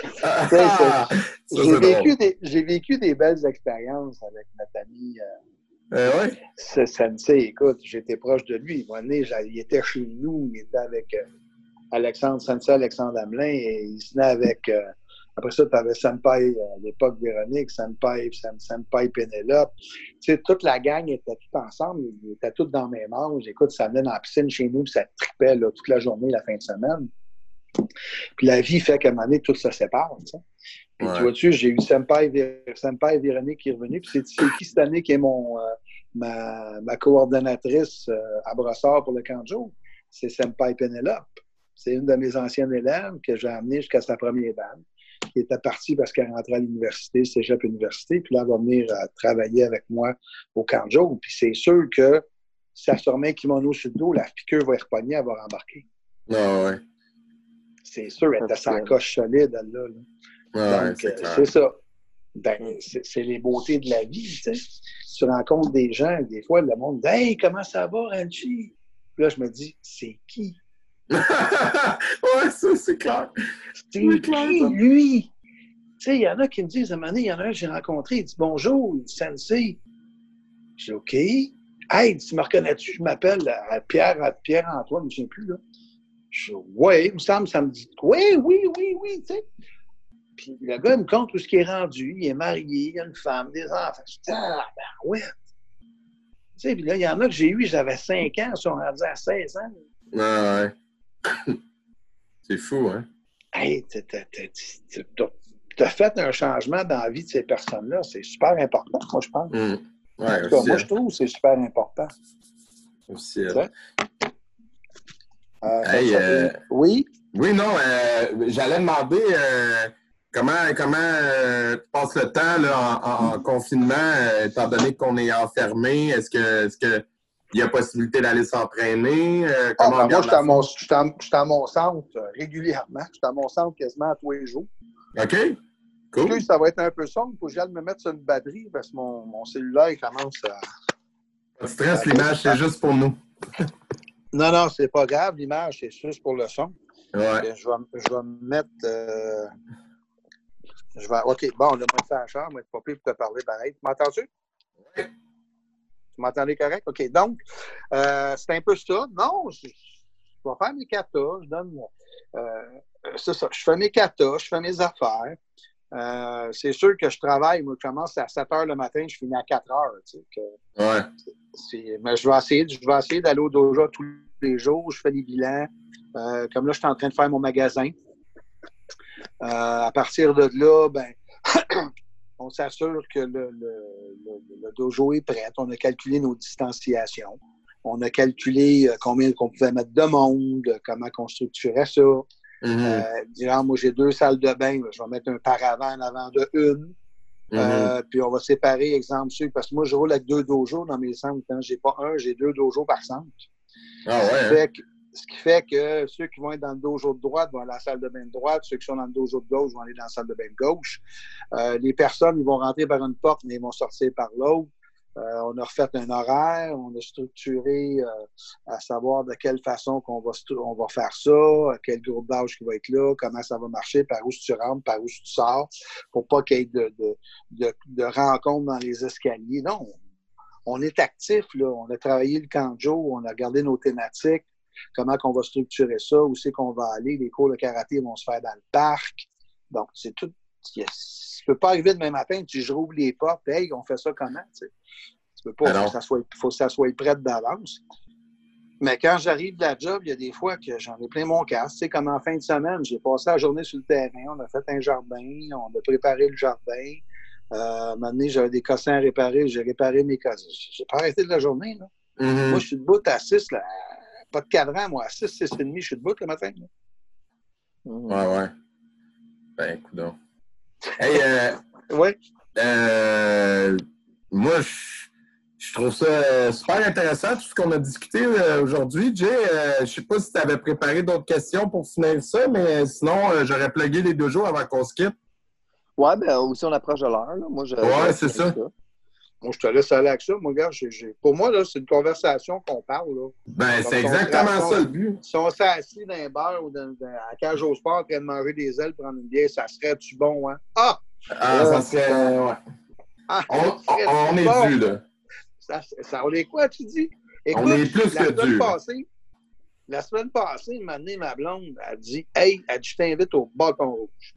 j'ai, vécu des, j'ai vécu des belles expériences avec notre ami. Euh, euh, ouais. Ce sensei, écoute, j'étais proche de lui. Moi, il était chez nous, il était avec euh, Alexandre, sensei Alexandre Hamelin, et il venait avec. Euh, Après ça, tu avais Senpai, euh, à l'époque, Véronique, Senpai, Senpai Pénélope. Tu sais, toute la gang était tout ensemble. Ils étaient tous dans mes manches. Écoute, ça venait dans la piscine chez nous, puis ça tripait là, toute la journée, la fin de semaine. Puis la vie fait qu'à un moment donné, tout se sépare. Tu sais. Puis ouais. Tu vois-tu, j'ai eu Senpai, Senpai et Véronique qui est revenu. Puis c'est, c'est qui cette année qui est mon, euh, ma, ma coordonnatrice euh, à Brossard pour le camp de jour? C'est Senpai Pénélope. C'est une de mes anciennes élèves que j'ai amenée jusqu'à sa première dame, qui était partie parce qu'elle rentrait à l'université, Cégep Université, puis là, elle va venir euh, travailler avec moi au camp de jour. Puis c'est sûr que si ça se remet un kimono sur le dos, la piqûre va y repogner, elle va rembarquer. Ah ouais. C'est sûr, elle était sa coche solide, elle, là. là. Ah Donc, ouais, c'est, euh, c'est ça. Ben, c'est, c'est les beautés de la vie, tu sais. Tu rencontres des gens, des fois, le monde dit « Hey, comment ça va, Renchi? » Puis là, je me dis « C'est qui? » Ouais, ça, c'est clair. C'est, c'est clair, qui, ça. Lui? Tu sais, il y en a qui me disent, à un moment donné, il y en a un que j'ai rencontré, il dit « Bonjour, il dit Sensei. » Je dis « OK. Hey, tu me reconnais-tu? Je m'appelle Pierre, Pierre-Antoine, je ne me souviens plus, là. » Je dis « Oui, il me semble, ça me dit « Oui, oui, oui, oui, tu sais. » Puis le gars, il me compte tout ce qui est rendu. Il est marié, il a une femme, des enfants. Je dis « Ah, ben ouais. » Tu sais, puis là, il y en a que j'ai eu, j'avais cinq ans, ils sont rendus à seize ans. Ah ouais. C'est fou, hein? Hey, tu as fait un changement dans la vie de ces personnes-là. C'est super important, moi, je pense. Mmh. Ouais, en tout cas, moi, je trouve que c'est super important. Aussi. Euh, hey, euh, oui? Oui, non, euh, j'allais demander euh, comment, comment euh, tu passes le temps là, en, en confinement, euh, étant donné qu'on est enfermé. Est-ce que, est-ce que il y a possibilité d'aller s'entraîner? Euh, comment ah, ben moi, je suis à, mon, à mon centre euh, régulièrement. Je suis à mon centre quasiment tous les jours. OK. Cool. Plus, ça va être un peu sombre. Il faut que j'aille me mettre sur une batterie parce que mon, mon cellulaire il commence à... Pas de stress, à... l'image, c'est juste pour nous. Non, non, c'est pas grave. L'image, c'est juste pour le son. Ouais. Je vais, je vais me mettre... Euh... Je vais... OK, bon, on va mettre ça à la chambre. Je vais être pas plus pour te parler pareil. Tu m'entends-tu? Oui. Vous m'entendez correct? OK. Donc, euh, c'est un peu ça. Non, je, je vais faire mes katas. Je donne. Euh, c'est ça. Je fais mes katas, je fais mes affaires. Euh, c'est sûr que je travaille. Moi, je commence à sept heures le matin, je finis à quatre heures. Tu sais, que, ouais. C'est, mais je vais essayer, je vais essayer d'aller au dojo tous les jours. Je fais des bilans. Euh, comme là, je suis en train de faire mon magasin. Euh, à partir de là, ben. On s'assure que le, le, le, le dojo est prêt. On a calculé nos distanciations. on a calculé combien qu'on pouvait mettre de monde, comment on structurait ça. Mm-hmm. Euh, disant, moi, j'ai deux salles de bain, je vais mettre un paravent en avant de une. Mm-hmm. Euh, puis on va séparer, exemple, ceux, parce que moi, je roule avec deux dojos dans mes centres. Quand j'ai pas un, j'ai deux dojos par centre. Ah ouais, ce, qui hein? que, ce qui fait que ceux qui vont être dans le dojo de droite vont aller à la salle de bain de droite, ceux qui sont dans le dojo de gauche vont aller dans la salle de bain de gauche. Euh, les personnes, ils vont rentrer par une porte, mais ils vont sortir par l'autre. Euh, on a refait un horaire, on a structuré euh, à savoir de quelle façon qu'on va, on va faire ça, quel groupe d'âge qui va être là, comment ça va marcher, par où tu rentres, par où tu sors, pour pas qu'il y ait de, de, de, de rencontres dans les escaliers. Non, on est actif, là. On a travaillé le canjo, on a regardé nos thématiques, comment qu'on va structurer ça, où c'est qu'on va aller, les cours de karaté vont se faire dans le parc. Donc, c'est tout. Yes. Tu ne peux pas arriver demain matin, tu je rouvre les portes, hey, on fait ça comment? Tu sais. Tu peux pas, il faut que ça soit, faut que ça soit prêt d'avance. Mais quand j'arrive de la job, il y a des fois que j'en ai plein mon casque. Tu sais, comme en fin de semaine, j'ai passé la journée sur le terrain, on a fait un jardin, on a préparé le jardin. Euh, à un moment donné, j'avais des cossins à réparer, j'ai réparé mes cossins. J'ai pas arrêté de la journée, là. Mm-hmm. Moi, je suis debout à six, là. Pas de cadran, moi, à six, six et demi, je suis debout le matin, là. Mm-hmm. Ouais, ouais. Ben, écoute donc. Hey, euh, oui. Euh, moi, je, je trouve ça super intéressant, tout ce qu'on a discuté euh, aujourd'hui. Jay, euh, je ne sais pas si tu avais préparé d'autres questions pour finir ça, mais sinon, euh, j'aurais plugué les deux jours avant qu'on se quitte. Ouais, ben aussi, on approche de l'heure. Là. Moi, je, ouais, c'est ça. ça. Moi, je te laisse aller avec ça. Moi, gars, j'ai, j'ai... pour moi, là, c'est une conversation qu'on parle. Là. Ben, comme c'est exactement ça le but. Si on s'est assis dans un bar ou dans, dans, à cage au sport en train de manger des ailes, prendre une bière, ça serait-tu bon, hein? Ah! Ah, euh, ça serait. Ouais. Ah, on, serait on, on est bon. dû, là. Ça, ça, on est quoi, tu dis? Écoute, on est plus la que dû. Passée, la semaine passée, une année, ma blonde a dit hey, elle dit, je t'invite au bâton rouge.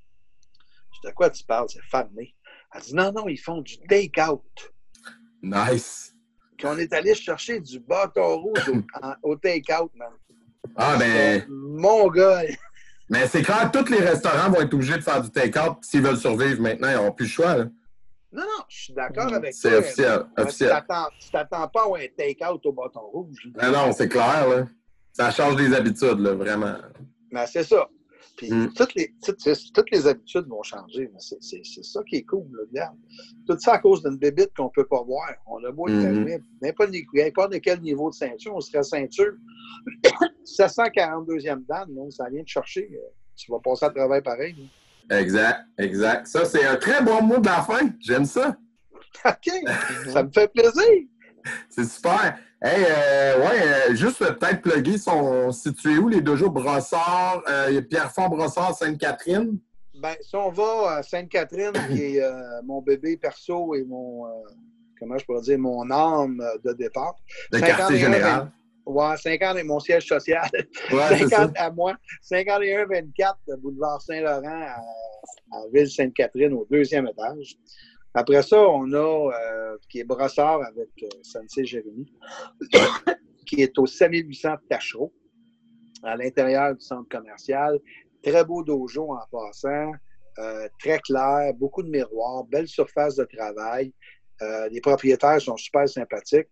Je dis, de quoi tu parles? C'est fermé. Elle dit, non, non, ils font du take-out. Nice. Puis on est allé chercher du bâton rouge au, en, au take-out, man. Ah, ben. Mon gars. Mais c'est clair, tous les restaurants vont être obligés de faire du take-out s'ils veulent survivre maintenant. Ils n'auront plus le choix. Là. Non, non, je suis d'accord avec c'est toi. C'est officiel. Mais, officiel. Tu t'attends pas à un take-out au bâton rouge. Non, non, c'est clair. Là. Ça change les habitudes, là, vraiment. Mais c'est ça. Puis mm. toutes, les, toutes, toutes les habitudes vont changer. Mais c'est, c'est, c'est ça qui est cool, là, regarde. Tout ça à cause d'une bébite qu'on ne peut pas voir. On a beau mm-hmm. n'importe, n'importe quel niveau de ceinture, on serait ceinture. sept cent quarante-deuxième dan, non, ça vient de chercher. Tu vas passer à travers pareil. Là. Exact, exact. Ça, c'est un très bon mot de la fin. J'aime ça. OK. Ça me fait plaisir. C'est super. Hey, euh, ouais, euh, juste peut-être plugger, sont situés où les dojos Brossard, euh, Pierrefonds, Brossard, Sainte-Catherine? Bien, si on va à Sainte-Catherine, qui est euh, mon bébé perso et mon, euh, comment je pourrais dire, mon âme de départ. Le quartier général. Ouais, cinquante est mon siège social. Ouais, cinquante à moi. cinquante et un vingt-quatre, boulevard Saint-Laurent à, à Ville-Sainte-Catherine, au deuxième étage. Après ça, on a, euh, qui est Brossard avec euh, Sensei Jérémy, qui est au sept mille huit cents Tachereau, à l'intérieur du centre commercial. Très beau dojo en passant, euh, très clair, beaucoup de miroirs, belle surface de travail. Euh, les propriétaires sont super sympathiques.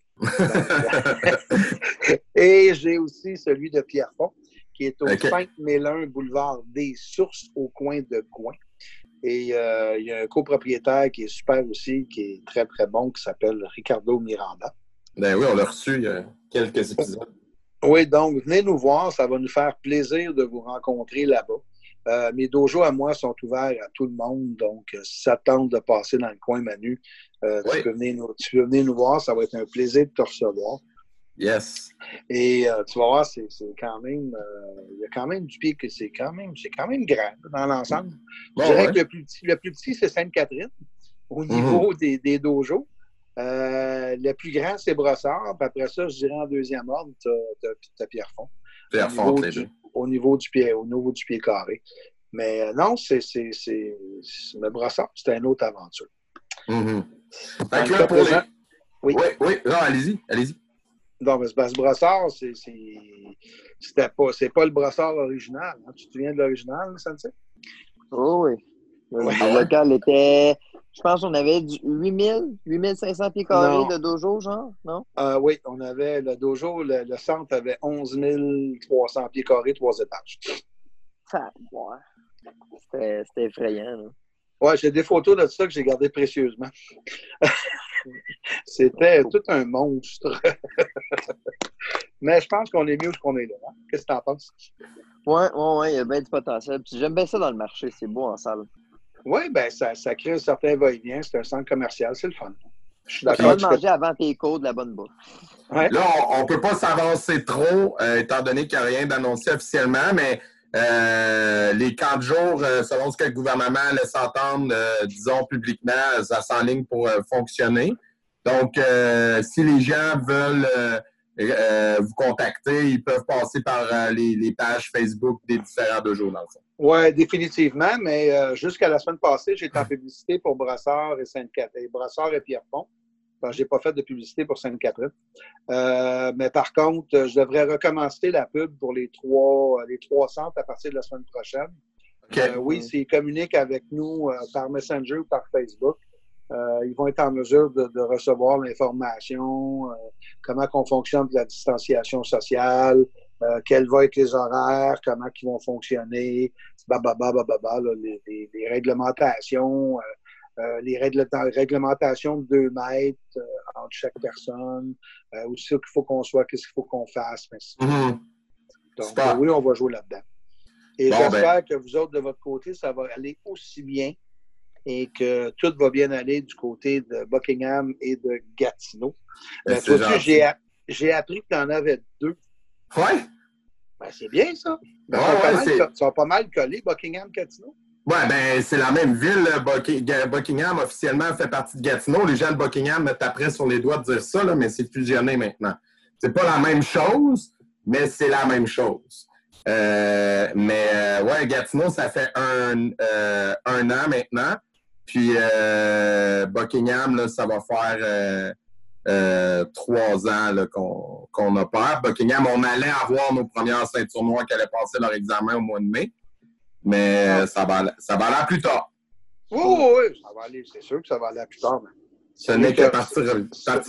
Et j'ai aussi celui de Pierrefonds, qui est au okay. cinq mille un boulevard des Sources, au coin de Gouin. Et euh, il y a un copropriétaire qui est super aussi, qui est très, très bon, qui s'appelle Ricardo Miranda. Ben oui, on l'a reçu il y a quelques épisodes. Oui, donc venez nous voir, ça va nous faire plaisir de vous rencontrer là-bas. Euh, mes dojos à moi sont ouverts à tout le monde, donc euh, si ça tente de passer dans le coin Manu, euh, oui. tu, peux venir nous, tu peux venir nous voir, ça va être un plaisir de te recevoir. Yes. Et euh, tu vas voir, c'est, c'est quand même, euh, il y a quand même du pied que c'est quand même, c'est quand même grand dans l'ensemble. Bon, je dirais ouais. que le plus petit, le plus petit, c'est Sainte-Catherine, au niveau mm-hmm. des, des dojos. Euh, le plus grand, c'est Brossard. Puis après ça, je dirais en deuxième ordre, tu as Pierrefonds. Pierrefonds, au, du, au niveau du pied, au niveau du pied carré. Mais euh, non, c'est, c'est, c'est, c'est le Brossard, c'était une autre aventure. Mm-hmm. Fait que là, pour les... Oui, oui, oui. Non, allez-y, allez-y. Non, mais ce Brossard, c'est, c'est, c'était pas, c'est pas le Brossard original. Hein? Tu te souviens de l'original, Sensei? Oh oui. Le, Ouais. le local était. Je pense qu'on avait du huit mille, huit mille cinq cents pieds carrés Non. de dojo, genre, non? Euh, oui, on avait le dojo, le, le centre avait onze mille trois cents pieds carrés, trois étages. Ça, ouais. C'était, c'était effrayant, là. Ouais, j'ai des photos de ça que j'ai gardées précieusement. C'était tout un monstre. Mais je pense qu'on est mieux où qu'on est là. Hein? Qu'est-ce que tu en penses? Ouais, ouais, ouais, il y a bien du potentiel. Puis j'aime bien ça dans le marché, c'est beau en salle. Oui, bien, ça, ça crée un certain va-et-vient. C'est un centre commercial, c'est le fun. Je suis Tu d'accord. vas tu manger peux- avant tes cours de la bonne bouffe. Ouais. Là, on ne peut pas s'avancer trop, euh, étant donné qu'il n'y a rien d'annoncé officiellement, mais euh, les quatre jours, euh, selon ce que le gouvernement laisse entendre, euh, disons publiquement, ça s'enligne pour euh, fonctionner. Donc, euh, si les gens veulent euh, euh, vous contacter, ils peuvent passer par euh, les, les pages Facebook des différents dojos, dans le fond. Oui, définitivement, mais euh, jusqu'à la semaine passée, j'étais en publicité pour Brassard et Sainte-Catherine. Brassard et Pierrepont. Je n'ai pas fait de publicité pour Sainte-Catherine. Euh, mais par contre, je devrais recommencer la pub pour les trois, les trois centres à partir de la semaine prochaine. Okay. Euh, oui, s'ils communiquent avec nous euh, par Messenger ou par Facebook, euh, ils vont être en mesure de, de recevoir l'information, euh, comment on fonctionne de la distanciation sociale, euh, quels vont être les horaires, comment ils vont fonctionner, bababa, bababa, là, les, les, les réglementations, euh, euh, les règles, réglementations de deux mètres euh, entre chaque personne, euh, aussi ce qu'il faut qu'on soit, qu'est-ce qu'il faut qu'on fasse. Mm-hmm. Donc, euh, oui, on va jouer là-dedans. Et bon, j'espère ben... que vous autres, de votre côté, ça va aller aussi bien et que tout va bien aller du côté de Buckingham et de Gatineau. Ben, toi, j'ai, j'ai appris que tu en avais deux. Oui. Ben, c'est bien, ça. Ben, ouais, ils, sont ouais, pas mal, ils sont pas mal collés, Buckingham et Gatineau. Oui, ben c'est la même ville. Buckingham, officiellement, fait partie de Gatineau. Les gens de Buckingham me taperaient sur les doigts de dire ça, là, mais c'est fusionné maintenant. C'est pas la même chose, mais c'est la même chose. Euh, mais, euh, ouais, Gatineau, ça fait un, euh, un an maintenant. Puis, euh, Buckingham, là, ça va faire euh, euh, trois ans là, qu'on, qu'on a peur. Buckingham, on allait avoir nos premières ceintures noires qui allaient passer leur examen au mois de mai. Mais ah. ça, va, ça va aller plus tard. Oui, oui, oui, ça va aller. C'est sûr que ça va aller plus tard. Mais... Ce n'est que partie remise.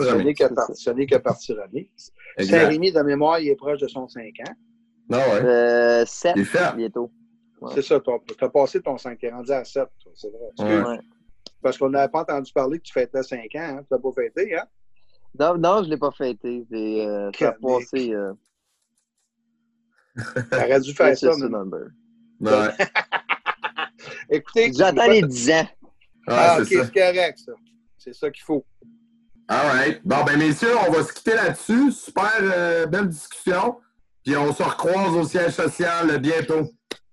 Ce n'est que partie remise. Saint-Rémy, de mémoire, il est proche de son cinq ans. Non, ouais. Euh, sept, bientôt. Ouais. C'est ça, tu as passé ton cinq, tu es rendu à sept, toi, c'est vrai. Ouais. Parce qu'on n'avait pas entendu parler que tu fêtais cinq ans, hein? Tu l'as pas fêté, hein? Non, non, je ne l'ai pas fêté. J'ai, euh, ça a passé... Euh... T'aurais dû faire ça, mais... Ouais. Écoutez, j'attends les dix ans. Ah, ok, c'est correct, ça. C'est ça qu'il faut. All right. Bon, ben, messieurs, on va se quitter là-dessus. Super euh, belle discussion. Puis on se recroise au siège social bientôt.